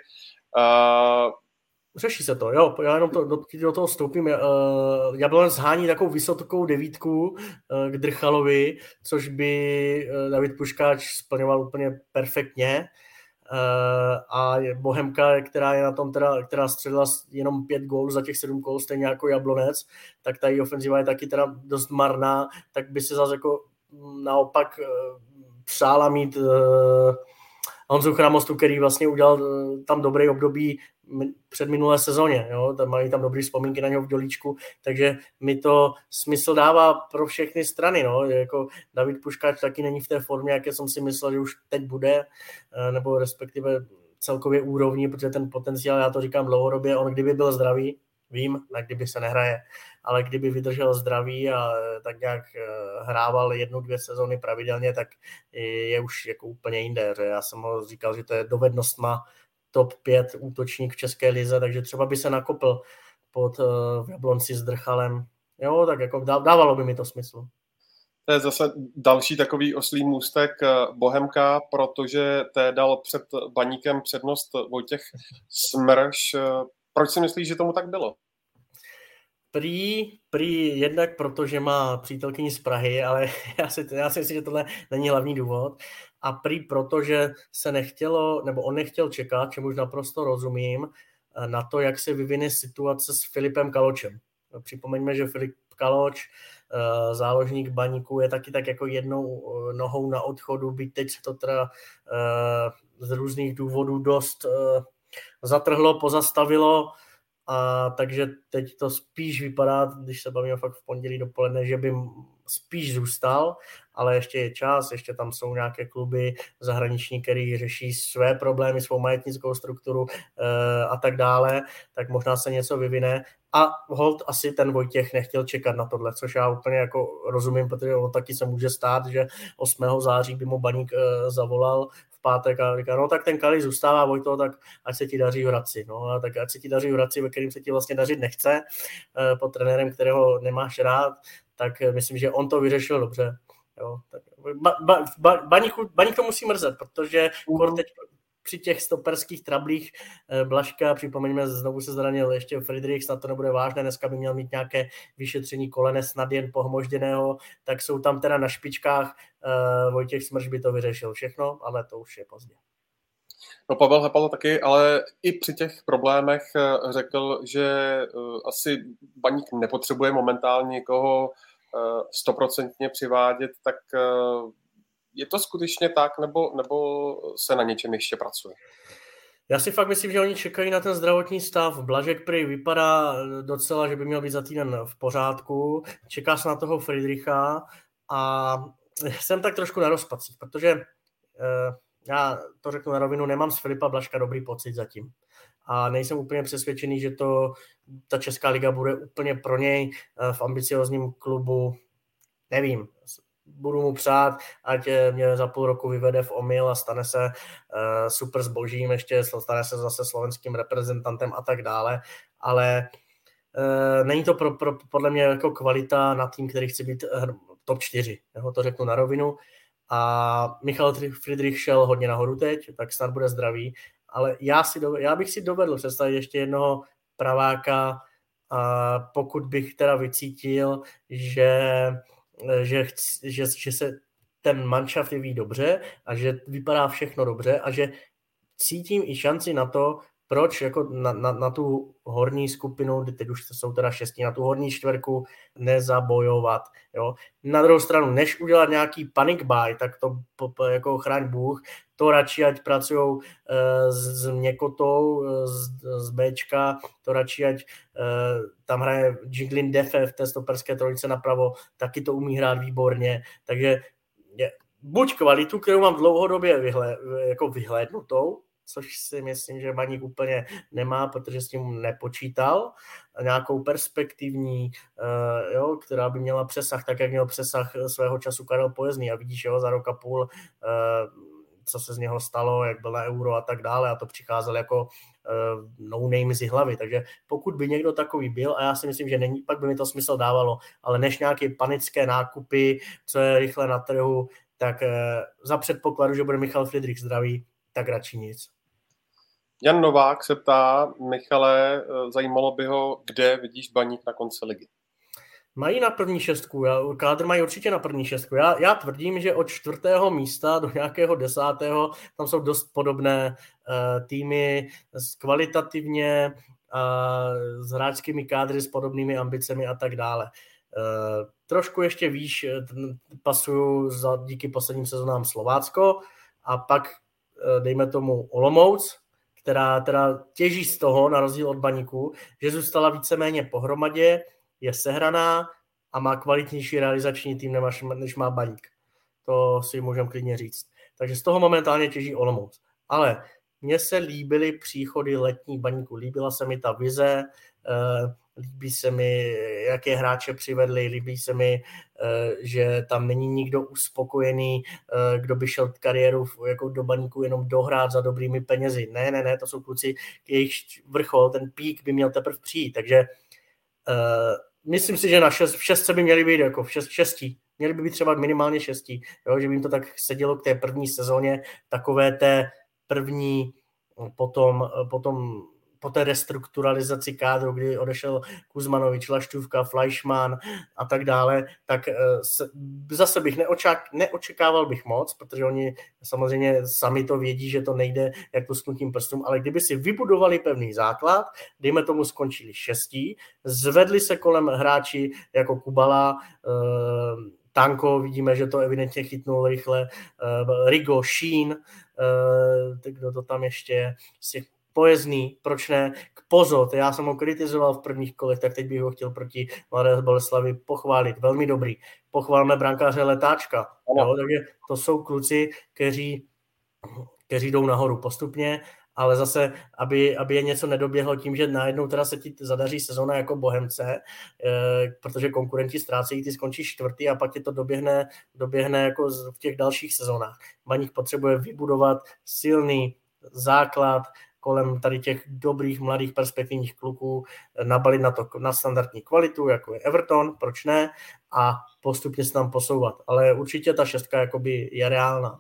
Řeší se to, jo, já jenom do toho vstoupím. Jablonec hání takovou vysokou 9 k Drchalovi, což by David Puškáč splňoval úplně perfektně. A Bohemka, která je na tom která střelila jenom 5 gólů za těch 7 gólů, stejně jako Jablonec, tak ta její ofenziva je taky teda dost marná, tak by se zase jako naopak přála mít Honzu Chramostu, který vlastně udělal tam dobrý období před minulé sezóně, jo? Mají tam dobrý vzpomínky na něho v Dělíčku, takže mi to smysl dává pro všechny strany, no? Jako David Puškáč taky není v té formě, jaké jsem si myslel, že už teď bude, nebo respektive celkově úrovní, protože ten potenciál, já to říkám dlouhodobě, on kdyby byl zdravý, vím, na kdyby se nehraje, ale kdyby vydržel zdravý a tak nějak hrával 1-2 sezóny pravidelně, tak je už jako úplně jinde. Já jsem ho říkal, že to je dovednostma top 5 útočník v České lize, takže třeba by se nakopl pod Jablonci s Drchalem. Jo, tak jako dávalo by mi to smysl. To je zase další takový oslý můstek Bohemka, protože té dal před Baníkem přednost Vojtěch Smrš. Proč si myslíš, že tomu tak bylo? Prý jednak protože má přítelkyni z Prahy, ale já si myslím, že tohle není hlavní důvod. A prý protože se nechtělo, nebo on nechtěl čekat, čemuž naprosto rozumím, na to, jak se vyvine situace s Filipem Kaločem. Připomeňme, že Filip Kaloč, záložník Baníku, je taky tak jako jednou nohou na odchodu, byť teď se to teda z různých důvodů dost zatrhlo, pozastavilo, a takže teď to spíš vypadá, když se bavíme fakt v pondělí dopoledne, že by spíš zůstal, ale ještě je čas, ještě tam jsou nějaké kluby zahraniční, který řeší své problémy, svou majetnickou strukturu a tak dále, tak možná se něco vyvine. A hold asi ten Vojtěch nechtěl čekat na tohle, což já úplně jako rozumím, protože taky se může stát, že 8. září by mu Baník zavolal v pátek a říká, no tak ten Kali zůstává, Vojto, tak ať se ti daří v Hradci. No, tak ať se ti daří v Hradci, ve kterým se ti vlastně dařit nechce, pod trenérem, kterého nemáš rád, tak myslím, že on to vyřešil dobře. Jo, tak Baník to musí mrzet, protože teď při těch stoperských trablích Blažka, připomeňme, znovu se zranil ještě Friedrich, snad to nebude vážné, dneska by měl mít nějaké vyšetření kolene, snad jen pohmožděného, tak jsou tam teda na špičkách, Vojtěch Smrš by to vyřešil všechno, ale to už je pozdě. No, Pavel Hepalo taky, ale i při těch problémech řekl, že asi Baník nepotřebuje momentálně někoho 100% přivádět, tak je to skutečně tak, nebo se na něčem ještě pracuje? Já si fakt myslím, že oni čekají na ten zdravotní stav. Blažek prý vypadá docela, že by měl být za týden v pořádku. Čeká se na toho Friedricha a jsem tak trošku na rozpacích, protože já to řeknu na rovinu, nemám z Filipa Blažka dobrý pocit zatím. A nejsem úplně přesvědčený, že ta Česká liga bude úplně pro něj v ambiciozním klubu. Nevím, budu mu přát, ať mě za půl roku vyvede v omyl a stane se super zbožím, ještě stane se zase slovenským reprezentantem a tak dále, ale není to podle mě jako kvalita na tým, který chce být top 4, to řeknu na rovinu. A Michal Friedrich šel hodně nahoru teď, tak snad bude zdravý, ale já bych si dovedl představit ještě jednoho praváka, pokud bych teda vycítil, že se ten manšaft jeví dobře a že vypadá všechno dobře a že cítím i šanci na to, proč jako na tu horní skupinu, teď už jsou teda 6, na tu horní čtverku nezabojovat. Jo. Na druhou stranu, než udělat nějaký panic buy, tak to jako chraň Bůh, to radši ať pracujou s měkotou, z Bčka, to radši ať tam hraje Jiglin Defe v té stoperské trojice napravo, taky to umí hrát výborně, takže buď kvalitu, kterou mám dlouhodobě vyhlédnutou, což si myslím, že Baník úplně nemá, protože s tím nepočítal. Nějakou perspektivní, která by měla přesah, tak jak měl přesah svého času Karel Pojezný. A vidíš, za rok a půl, co se z něho stalo, jak byl na Euro a tak dále. A to přicházelo jako no-name z hlavy. Takže pokud by někdo takový byl, a já si myslím, že není, pak by mi to smysl dávalo, ale než nějaké panické nákupy, co je rychle na trhu, tak za předpokladu, že bude Michal Friedrich zdravý, tak radši nic. Jan Novák se ptá, Michale, zajímalo by ho, kde vidíš Baník na konci ligy? Mají na první šestku, kádr mají určitě na první šestku. Já tvrdím, že od 4. místa do nějakého 10. tam jsou dost podobné týmy kvalitativně, s hráčskými kádry, s podobnými ambicemi a tak dále. Trošku ještě výš pasuju díky posledním sezónám Slovácko a pak dejme tomu Olomouc, která teda těží z toho, na rozdíl od Baníku, že zůstala víceméně pohromadě, je sehraná a má kvalitnější realizační tým, než má Baník. To si můžeme klidně říct. Takže z toho momentálně těží Olomouc. Ale mně se líbily příchody letních Baníků. Líbila se mi ta vize, líbí se mi, jaké hráče přivedli, líbí se mi, že tam není nikdo uspokojený, kdo by šel kariéru jako do Baníku jenom dohrát za dobrými penězi. Ne, to jsou kluci, jejich vrchol, ten pík by měl teprve přijít, takže myslím si, že v 6 by měli být jako v 6. Měli by být třeba minimálně 6, jo, že by jim to tak sedělo k té první sezóně, takové té první, potom po té restrukturalizaci kádru, kdy odešel Kuzmanovič, Laštůvka, Fleischmann a tak dále, tak zase bych neočekával bych moc, protože oni samozřejmě sami to vědí, že to nejde jak lusknutím prstům, ale kdyby si vybudovali pevný základ, dejme tomu skončili 6, zvedli se kolem hráči jako Kubala, Tanko, vidíme, že to evidentně chytnul rychle, Rigo, Šín, kdo to tam ještě je, Pojezný, proč ne, Pozot, já jsem ho kritizoval v prvních kolech, tak teď bych ho chtěl proti Mladé Boleslavi pochválit, velmi dobrý. Pochválme brankáře Letáčka, jo, takže to jsou kluci, kteří jdou nahoru postupně, ale zase, aby je něco nedoběhlo tím, že najednou teda se ti zadaří sezona jako Bohemce, protože konkurenti ztrácejí, ty skončí 4. a pak ti to doběhne jako v těch dalších sezónách. Baník potřebuje vybudovat silný základ kolem tady těch dobrých, mladých, perspektivních kluků, nabalit na to na standardní kvalitu, jako je Everton, proč ne, a postupně se tam posouvat. Ale určitě ta 6 jakoby je reálná.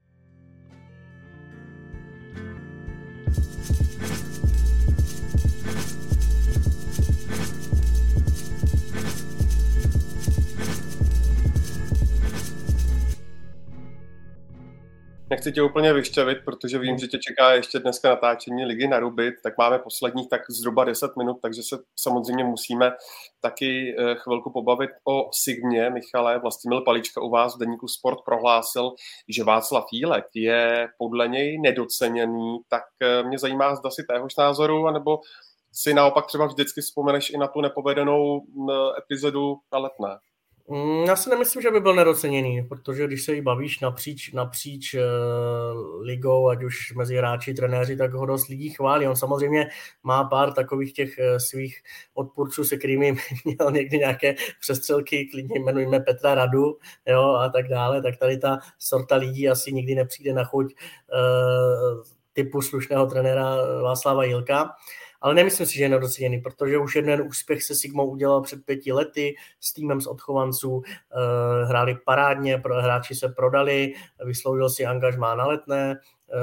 Nechci tě úplně vyšťavit, protože vím, že tě čeká ještě dneska natáčení Ligy na Rubit, tak máme posledních tak zhruba 10 minut, takže se samozřejmě musíme taky chvilku pobavit o Sigmě. Michale, Vlastimil Palička u vás v deníku Sport prohlásil, že Václav Jílek je podle něj nedoceněný, tak mě zajímá, zda si téhož názoru, anebo si naopak třeba vždycky vzpomeneš i na tu nepovedenou epizodu na Letné. Já si nemyslím, že by byl nedoceněný, protože když se jí bavíš napříč ligou, ať už mezi hráči, trenéři, tak ho dost lidí chválí. On samozřejmě má pár takových těch svých odpůrců, se kterými měl někdy nějaké přestřelky, klidně jmenujeme Petra Radu, jo, a tak dále, tak tady ta sorta lidí asi nikdy nepřijde na chuť typu slušného trenéra Václava Jílka. ale nemyslím si, že je nedoceněný, protože už jeden úspěch se Sigmou udělal před 5 lety s týmem z odchovanců, hráli parádně, hráči se prodali, vysloužil si angažmá na Letné,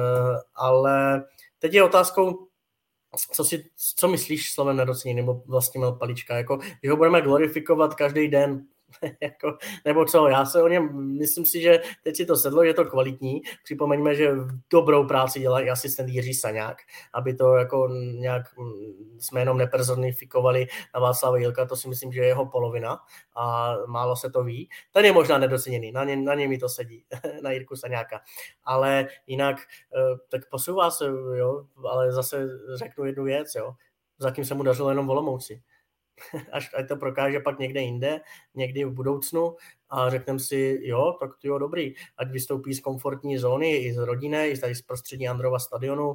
ale teď je otázkou, co myslíš slovem nedoceněný, nebo Vlastimil Palička, jako, že ho budeme glorifikovat každý den, jako, nebo co, já se o něm, myslím si, že teď si to sedlo, že je to kvalitní, připomeňme, že dobrou práci dělá i asistent Jiří Saňák, aby to jako nějak jsme jenom nepersonifikovali na Václava Jilka, to si myslím, že je jeho polovina a málo se to ví, ten je možná nedoceněný, na něj mi to sedí, na Jirku Saňáka, ale jinak tak posouvá se, jo, ale zase řeknu jednu věc, jo, zatím se mu dařilo jenom v Olomouci. Ať to prokáže pak někde jinde, někdy v budoucnu a řekneme si, jo, tak jo, dobrý, ať vystoupí z komfortní zóny i z rodinné, i tady z prostředí Androva stadionu,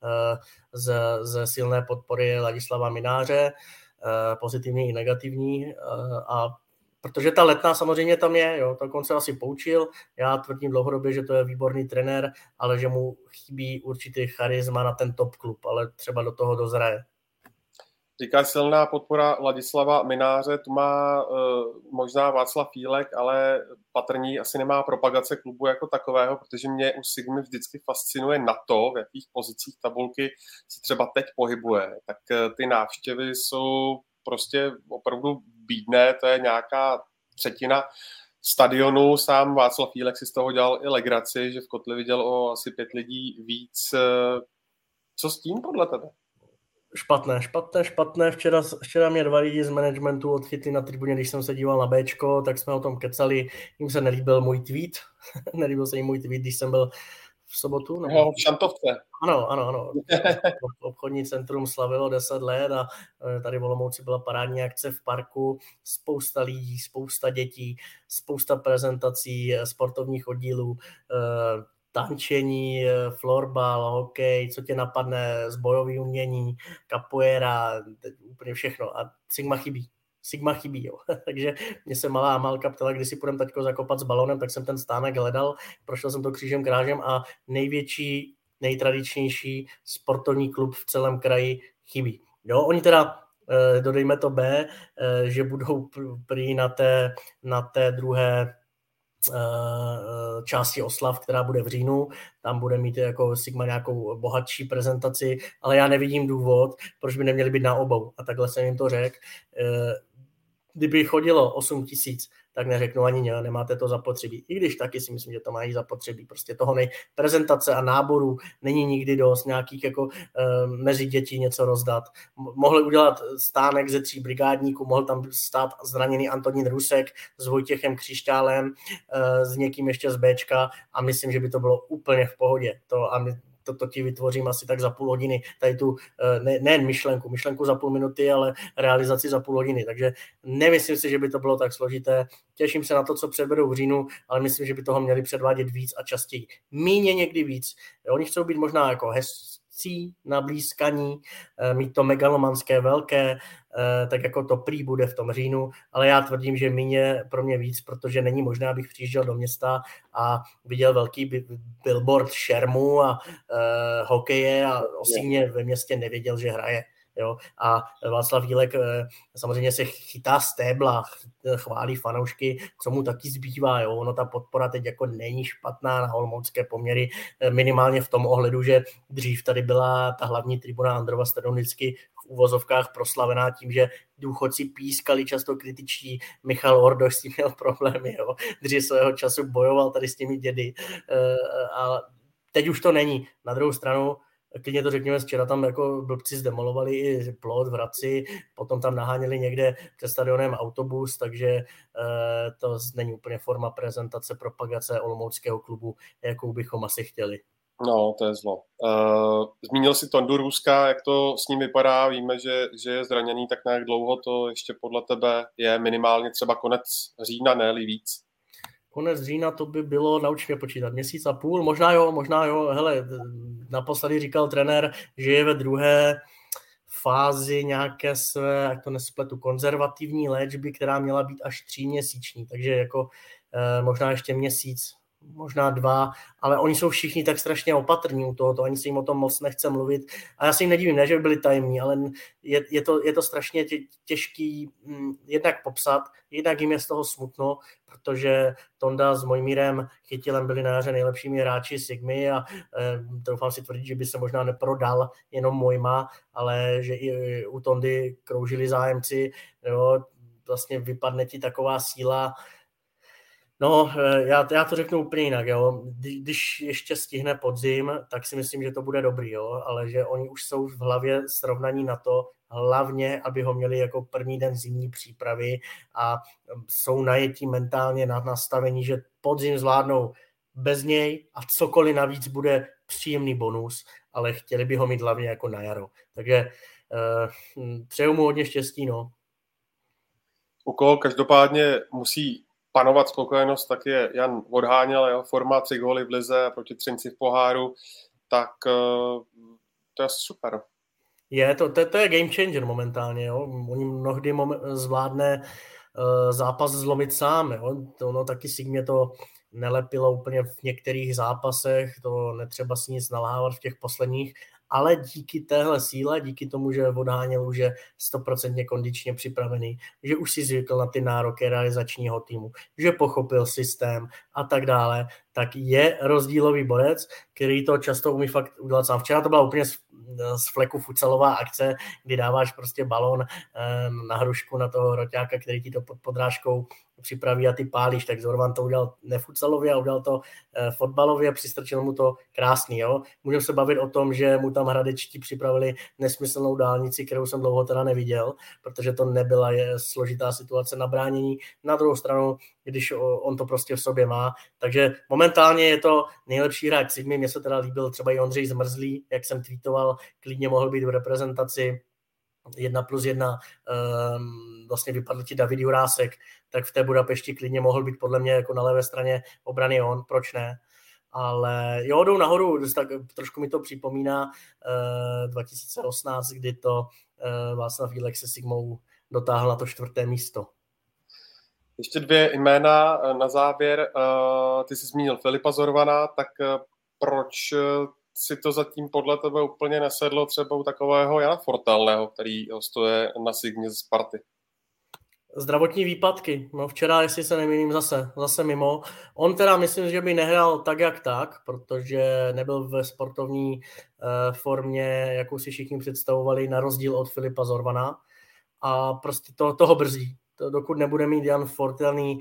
ze silné podpory Ladislava Mináře, pozitivní i negativní a protože ta Letná samozřejmě tam je, jo, tak on se asi poučil, já tvrdím dlouhodobě, že to je výborný trenér, ale že mu chybí určitý charisma na ten top klub, ale třeba do toho dozraje. Říkáš silná podpora Ladislava Mináře, tu má možná Václav Fílek, ale patrní asi nemá propagace klubu jako takového, protože mě u Sigmy vždycky fascinuje na to, v jakých pozicích tabulky se třeba teď pohybuje. Tak ty návštěvy jsou prostě opravdu bídné, to je nějaká třetina stadionu. Sám Václav Fílek si z toho dělal i legraci, že v Kotli viděl o asi 5 lidí víc. Co s tím podle tebe? Špatné. Včera mě 2 lidi z managementu odchytli na tribuně, když jsem se díval na Bčko, tak jsme o tom kecali. Jim se nelíbil můj tweet. Nelíbil se jim můj tweet, když jsem byl v sobotu. No, v Šantovce. Ano. Obchodní centrum slavilo 10 let a tady v Olomouci byla parádní akce v parku. Spousta lidí, spousta dětí, spousta prezentací sportovních oddílů, tančení, florbal, hokej, co tě napadne, zbojový umění, capoeira, úplně všechno. A Sigma chybí, jo. Takže mě se malá Amálka ptala, když si půjdem taťko zakopat s balonem, tak jsem ten stánek hledal, prošel jsem to křížem krážem a největší, nejtradičnější sportovní klub v celém kraji chybí. Jo, oni teda, dodejme to B, že budou prý na té druhé části oslav, která bude v říjnu, tam bude mít jako Sigma nějakou bohatší prezentaci, ale já nevidím důvod, proč by neměli být na obou. A takhle jsem jim to řekl. Kdyby chodilo 8 000, tak neřeknu ani ne, nemáte to zapotřebí. I když taky si myslím, že to mají zapotřebí. Prostě toho prezentace a náboru není nikdy dost, nějakých jako mezi děti něco rozdat. Mohli udělat stánek ze 3 brigádníků, mohl tam stát zraněný Antonín Rusek s Vojtěchem Křišťálem, s někým ještě z Bčka a myslím, že by to bylo úplně v pohodě. To ti vytvořím asi tak za půl hodiny. Tady tu nejen myšlenku za půl minuty, ale realizaci za půl hodiny. Takže nemyslím si, že by to bylo tak složité. Těším se na to, co předvedou v říjnu, ale myslím, že by toho měli předvádět víc a častěji. Míně někdy víc. Oni chcou být možná jako hezcí, nablízkaní, mít to megalomanské velké, tak jako to prý bude v tom říjnu, ale já tvrdím, že míně pro mě víc, protože není možné, abych přijížděl do města a viděl velký billboard šermu a hokeje a o Sigmě ve městě nevěděl, že hraje. Jo? A Václav Jílek samozřejmě se chytá stébla, chválí fanoušky, co mu taky zbývá. Jo? Ono ta podpora teď jako není špatná na olomoucké poměry, minimálně v tom ohledu, že dřív tady byla ta hlavní tribuna Androva stadionu vždycky v uvozovkách proslavená tím, že důchodci pískali, často kritičtí. Michal Ordoš s tím měl problémy. Jo? Dřív svého času bojoval tady s těmi dědy. A teď už to není. Na druhou stranu klidně to řekněme, včera tam jako blbci zdemolovali i plot v Hradci, potom tam naháněli někde před stadionem autobus, takže to není úplně forma prezentace, propagace olomouckého klubu, jakou bychom asi chtěli. No, to je zlo. Zmínil si Tondu Růzka, jak to s ním vypadá, víme, že je zraněný, tak na jak dlouho to ještě podle tebe je minimálně třeba konec října, ne-li víc? Konec října to by bylo, nauč mě počítat, 1,5 měsíce, možná jo, hele, naposledy říkal trenér, že je ve druhé fázi nějaké své, jak to nespletu, konzervativní léčby, která měla být až 3měsíční, takže jako možná ještě měsíc, možná 2, ale oni jsou všichni tak strašně opatrní u tohoto, ani se jim o tom moc nechce mluvit. A já si jim nedivím, ne, že by byli tajemní, ale je to strašně těžký jednak popsat, jednak jim je z toho smutno, protože Tonda s Mojmírem Chytilem byli na jaře nejlepšími hráči Sigmy a doufám si tvrdit, že by se možná neprodal jenom Mojma, ale že i u Tondy kroužili zájemci, jo, vlastně vypadne ti taková síla. No, já to řeknu úplně jinak, jo. Když ještě stihne podzim, tak si myslím, že to bude dobrý, jo, ale že oni už jsou v hlavě srovnaní na to, hlavně, aby ho měli jako první den zimní přípravy a jsou najetí mentálně na nastavení, že podzim zvládnou bez něj a cokoliv navíc bude příjemný bonus, ale chtěli by ho mít hlavně jako na jaro. Takže přeju mu hodně štěstí, no. U koho každopádně musí panovat spokojenost, tak je Jan Odháněl, jeho forma 3 góly v lize proti Třinci v poháru, tak to je super. To je game changer momentálně, jo. Oni mnohdy zvládne zápas zlomit sám, jo. Ono taky Sigmě to nelepilo úplně v některých zápasech, to netřeba si nic nalhávat v těch posledních, ale díky téhle síle, díky tomu, že Odháněl už je 100% kondičně připravený, že už si zvykl na ty nároky realizačního týmu, že pochopil systém a tak dále, tak je rozdílový borec, který to často umí fakt udělat sám. Včera to byla úplně z fleku futsalová akce, kdy dáváš prostě balón na hrušku na toho roťáka, který ti to pod podrážkou připraví a ty pálíš, tak Zorvan to udělal nefutsalově a udělal to fotbalově, přistrčil mu to krásný, jo. Můžeme se bavit o tom, že mu tam hradečtí připravili nesmyslnou dálnici, kterou jsem dlouho teda neviděl, protože to nebyla složitá situace na bránění. Na druhou stranu, když on to prostě v sobě má, takže momentálně je to nejlepší hráč Sigmy. Mně se teda líbil třeba i Ondřej Zmrzlý, jak jsem tweetoval, klidně mohl být v reprezentaci 1+1, vlastně vypadl ti David Jurásek, tak v té Budapešti klidně mohl být podle mě jako na levé straně obrany on, proč ne? Ale jo, jdou nahoru, tak trošku mi to připomíná 2018, kdy to Václav Jílek se Sigmou dotáhl na to 4. místo. Ještě 2 jména na závěr. Ty jsi zmínil Filipa Zorvana, tak proč si to zatím podle tebe úplně nesedlo třeba u takového Jana Fortelného, který hostuje na Sigmě z Sparty? Zdravotní výpadky. No včera, jestli se nemýlím, zase mimo. On teda myslím, že by nehrál tak, jak tak, protože nebyl ve sportovní formě, jakou si všichni představovali, na rozdíl od Filipa Zorvana. A prostě toho brzdí. Dokud nebude mít Jan Fortelný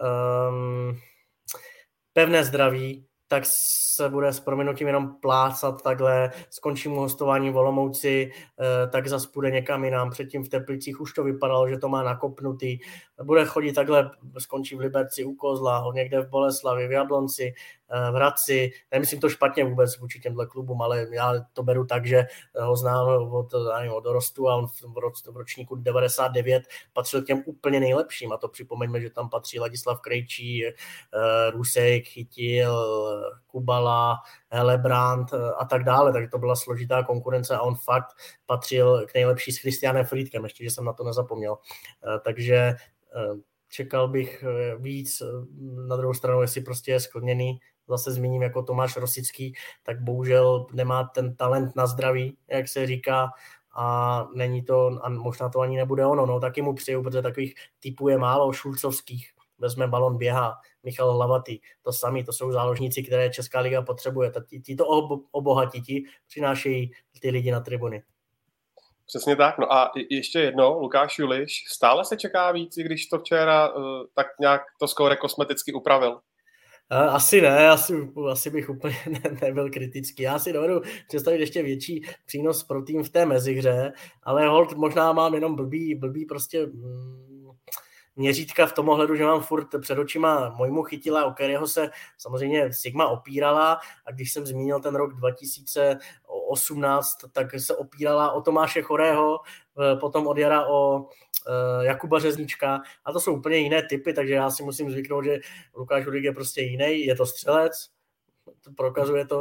pevné zdraví, tak se bude s prominutím jenom plácat takhle, skončí mu hostování v Olomouci, tak zas půjde někam jinam. Předtím v Teplicích už to vypadalo, že to má nakopnutý. Bude chodit takhle, skončí v Liberci u Kozla, někde v Boleslavi, v Jablonci, v Hradci. Nemyslím to špatně vůbec vůči těmhle klubům, ale já to beru tak, že ho znám od dorostu a on v ročníku 99 patřil k těm úplně nejlepším. A to připomeňme, že tam patří Ladislav Krejčí, Rusek, Chytil, Kubala, Helebrant a tak dále. Takže to byla složitá konkurence a on fakt patřil k nejlepší s Christianem Friedkem, ještě, že jsem na to nezapomněl. Takže čekal bych víc. Na druhou stranu, jestli prostě je skloněný, zase zmíním jako Tomáš Rosický, tak bohužel nemá ten talent na zdraví, jak se říká, a není to, a možná to ani nebude ono, no taky mu přeju, protože takových typů je málo, Šulcovských, vezme balon, běhá, Michal Hlavatý, to samý, to jsou záložníci, které Česká liga potřebuje, ti to obohatí, ti přinášejí ty lidi na tribuny. Přesně tak, no a ještě jedno, Lukáš Juliš, stále se čeká víc, i když to včera tak nějak to skóre kosmeticky upravil. Asi ne, asi bych úplně nebyl kritický. Já si dovedu představit ještě větší přínos pro tým v té mezihře, ale hold možná mám jenom blbý prostě měřítka v tom ohledu, že mám furt před očima Mojmu Chytila, o kterého se samozřejmě Sigma opírala, a když jsem zmínil ten rok 2018, tak se opírala o Tomáše Chorého, potom od jara o Jakuba Řeznička, a to jsou úplně jiné typy, takže já si musím zvyknout, že Lukáš Hudík je prostě jiný, je to střelec, prokazuje to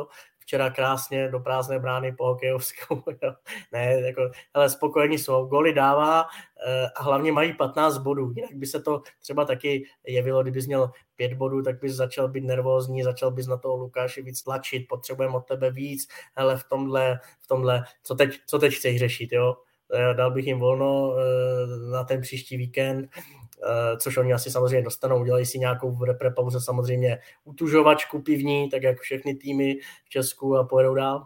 včera krásně do prázdné brány po hokejovskou. Ne, jako, ale spokojení jsou, góly dává a hlavně mají 15 bodů. Jinak by se to třeba taky jevilo, kdybys měl 5 bodů, tak bys začal být nervózní, začal bys na toho Lukáše víc tlačit, potřebujeme od tebe víc, hele v tomhle, co teď chceš řešit, jo? Dal bych jim volno na ten příští víkend, což oni asi samozřejmě dostanou, udělají si nějakou v reprepauze samozřejmě utužovačku pivní, tak jak všechny týmy v Česku a pojedou dál.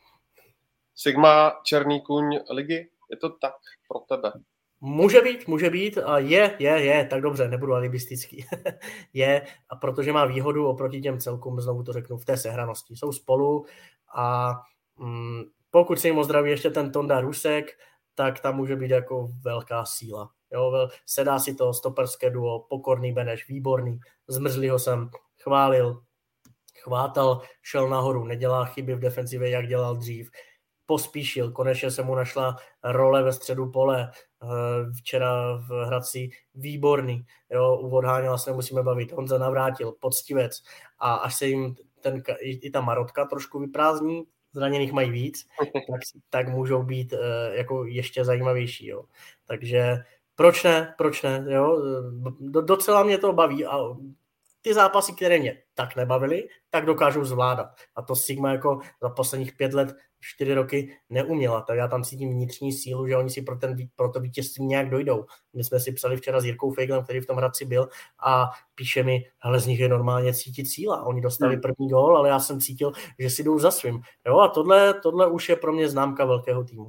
Sigma černý kůň ligy, je to tak pro tebe? Může být a je, tak dobře, nebudu alibistický. Je, a protože má výhodu oproti těm celkům, znovu to řeknu, v té sehranosti. Jsou spolu a pokud se jim ozdraví ještě ten Tonda Rusek, tak tam může být jako velká síla. Jo, sedá si to stoperské duo, Pokorný Beneš, výborný, Zmrzlýho jsem chválil, chvátal, šel nahoru, nedělá chyby v defenzivě, jak dělal dřív, Pospíšil, konečně se mu našla role ve středu pole, včera v Hradci výborný, jo, u Odháněla se nemusíme bavit, Honza Navrátil, poctivec a až se jim i ta marotka trošku vyprázdní, zraněných mají víc, tak můžou být jako ještě zajímavější. Jo. Takže proč ne, jo? Docela mě to baví a ty zápasy, které mě tak nebavily, tak dokážou zvládat. A to Sigma jako za posledních 5 let, 4 roky neuměla. Tak já tam cítím vnitřní sílu, že oni si pro to vítězství nějak dojdou. My jsme si psali včera s Jirkou Fejglem, který v tom Hradci byl a píše mi, hele, z nich je normálně cítit síla. Oni dostali první gól, ale já jsem cítil, že si jdou za svým. Jo, a tohle už je pro mě známka velkého týmu.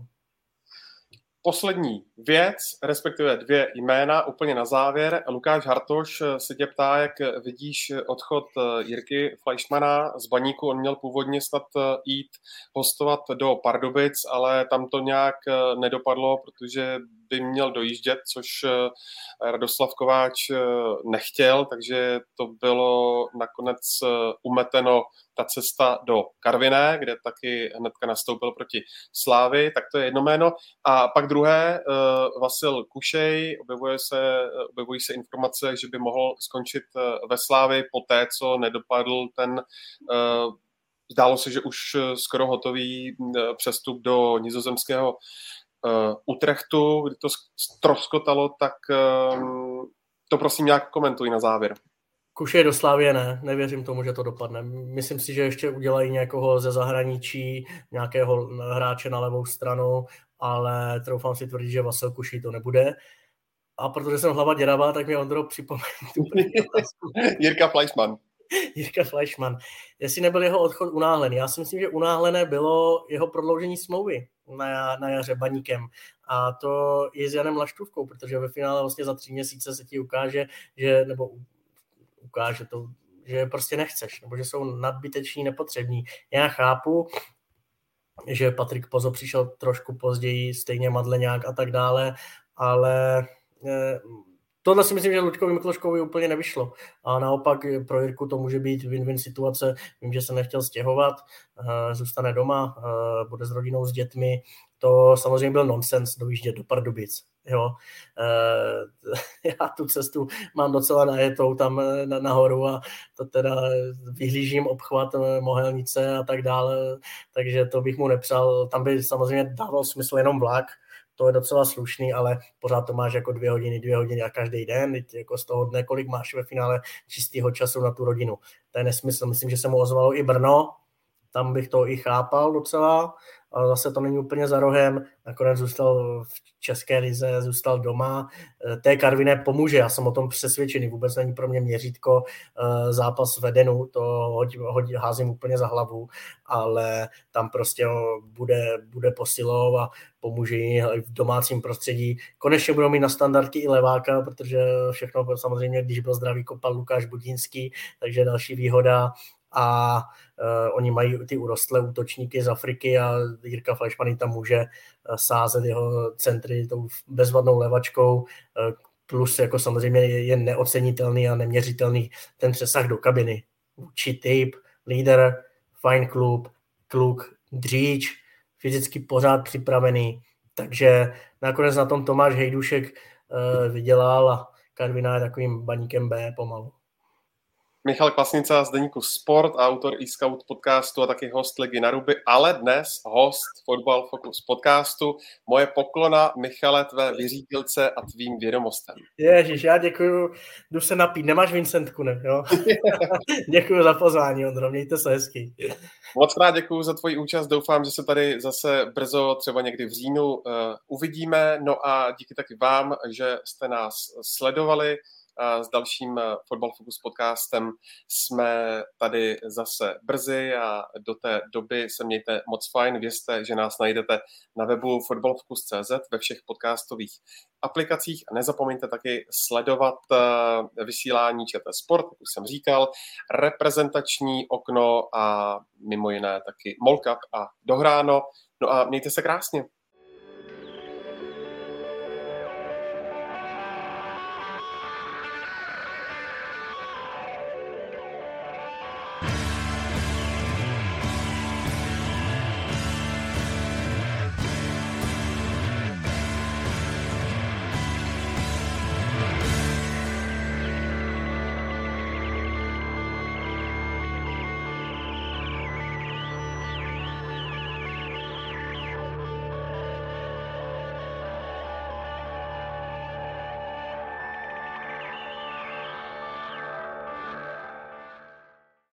Poslední věc, respektive 2 jména, úplně na závěr. Lukáš Hartoš se tě ptá, jak vidíš odchod Jirky Fleischmana z Baníku. On měl původně snad jít hostovat do Pardubic, ale tam to nějak nedopadlo, protože by měl dojíždět, což Radoslav Kováč nechtěl, takže to bylo nakonec umeteno ta cesta do Karviné, kde taky hnedka nastoupil proti Slávy, tak to je jedno jméno. A pak druhé, Vasil Kušej, objevují se informace, že by mohl skončit ve Slávy poté, co nedopadl ten zdálo se, že už skoro hotový přestup do nizozemského Utrechtu, kdy to ztroskotalo, tak to prosím nějak komentuj na závěr. Kušej do Slávie nevěřím tomu, že to dopadne. Myslím si, že ještě udělají někoho ze zahraničí, nějakého hráče na levou stranu, ale troufám si tvrdit, že Vasil Kušej to nebude. A protože jsem hlava děravá, tak mi Ondro připomenu. Jirka Fleischmann. Jirka Fleischmann. Jestli nebyl jeho odchod unáhlený. Já si myslím, že unáhlené bylo jeho prodloužení smlouvy na jaře Baníkem. A to je s Janem Laštůvkou, protože ve finále vlastně za 3 měsíce se ti ukáže, že prostě nechceš, nebo že jsou nadbyteční, nepotřební. Já chápu, že Patrik Pozo přišel trošku později, stejně Madleňák a tak dále, ale tohle si myslím, že Luďkovi Mikloškovi úplně nevyšlo. A naopak pro Jirku to může být win-win situace. Vím, že se nechtěl stěhovat, zůstane doma, bude s rodinou, s dětmi. To samozřejmě byl nonsens dojíždět do Pardubic. Jo. Já tu cestu mám docela najetou tam nahoru a to teda vyhlížím obchvat Mohelnice a tak dále, takže to bych mu nepřál. Tam by samozřejmě dával smysl jenom vlak, to je docela slušný, ale pořád to máš jako 2 hodiny a každý den, jako z toho dne, kolik máš ve finále čistého času na tu rodinu. To je nesmysl. Myslím, že se mu ozvalo i Brno, tam bych to i chápal docela, ale zase to není úplně za rohem. Nakonec zůstal v České lize, zůstal doma. Té Karviné pomůže, já jsem o tom přesvědčený, vůbec není pro mě měřítko zápas v Edenu, to házím úplně za hlavu, ale tam prostě bude posilou a pomůže jí v domácím prostředí. Konečně budou mít na standardky i leváka, protože všechno samozřejmě, když byl zdravý, kopal Lukáš Budínský, takže další výhoda. A oni mají ty urostlé útočníky z Afriky a Jirka Fleischmann tam může sázet jeho centry tou bezvadnou levačkou, plus jako samozřejmě je neocenitelný a neměřitelný ten přesah do kabiny. Vůči typ, líder, fajn kluk, dříč, fyzicky pořád připravený, takže nakonec na tom Tomáš Hejdušek vydělal a Karviná je takovým Baníkem B pomalu. Michal Kvasnica z deníku Sport, autor eScout podcastu a taky host Ligy na ruby, ale dnes host Fotbal Focus podcastu. Moje poklona, Michale, tvé vyřídilce a tvým vědomostem. Ježiš, já děkuju, jdu se napít, nemáš Vincentku, ne? Jo? Děkuju za pozvání, Ondro, mějte se hezky. Moc krát děkuju za tvoji účast, doufám, že se tady zase brzo, třeba někdy v říjnu, uvidíme. No a díky taky vám, že jste nás sledovali. S dalším Fotbal Focus podcastem jsme tady zase brzy a do té doby se mějte moc fajn. Vězte, že nás najdete na webu fotbalfocus.cz ve všech podcastových aplikacích a nezapomeňte taky sledovat vysílání ČT Sport, jak už jsem říkal, reprezentační okno a mimo jiné taky Mall Cup a dohráno. No a mějte se krásně.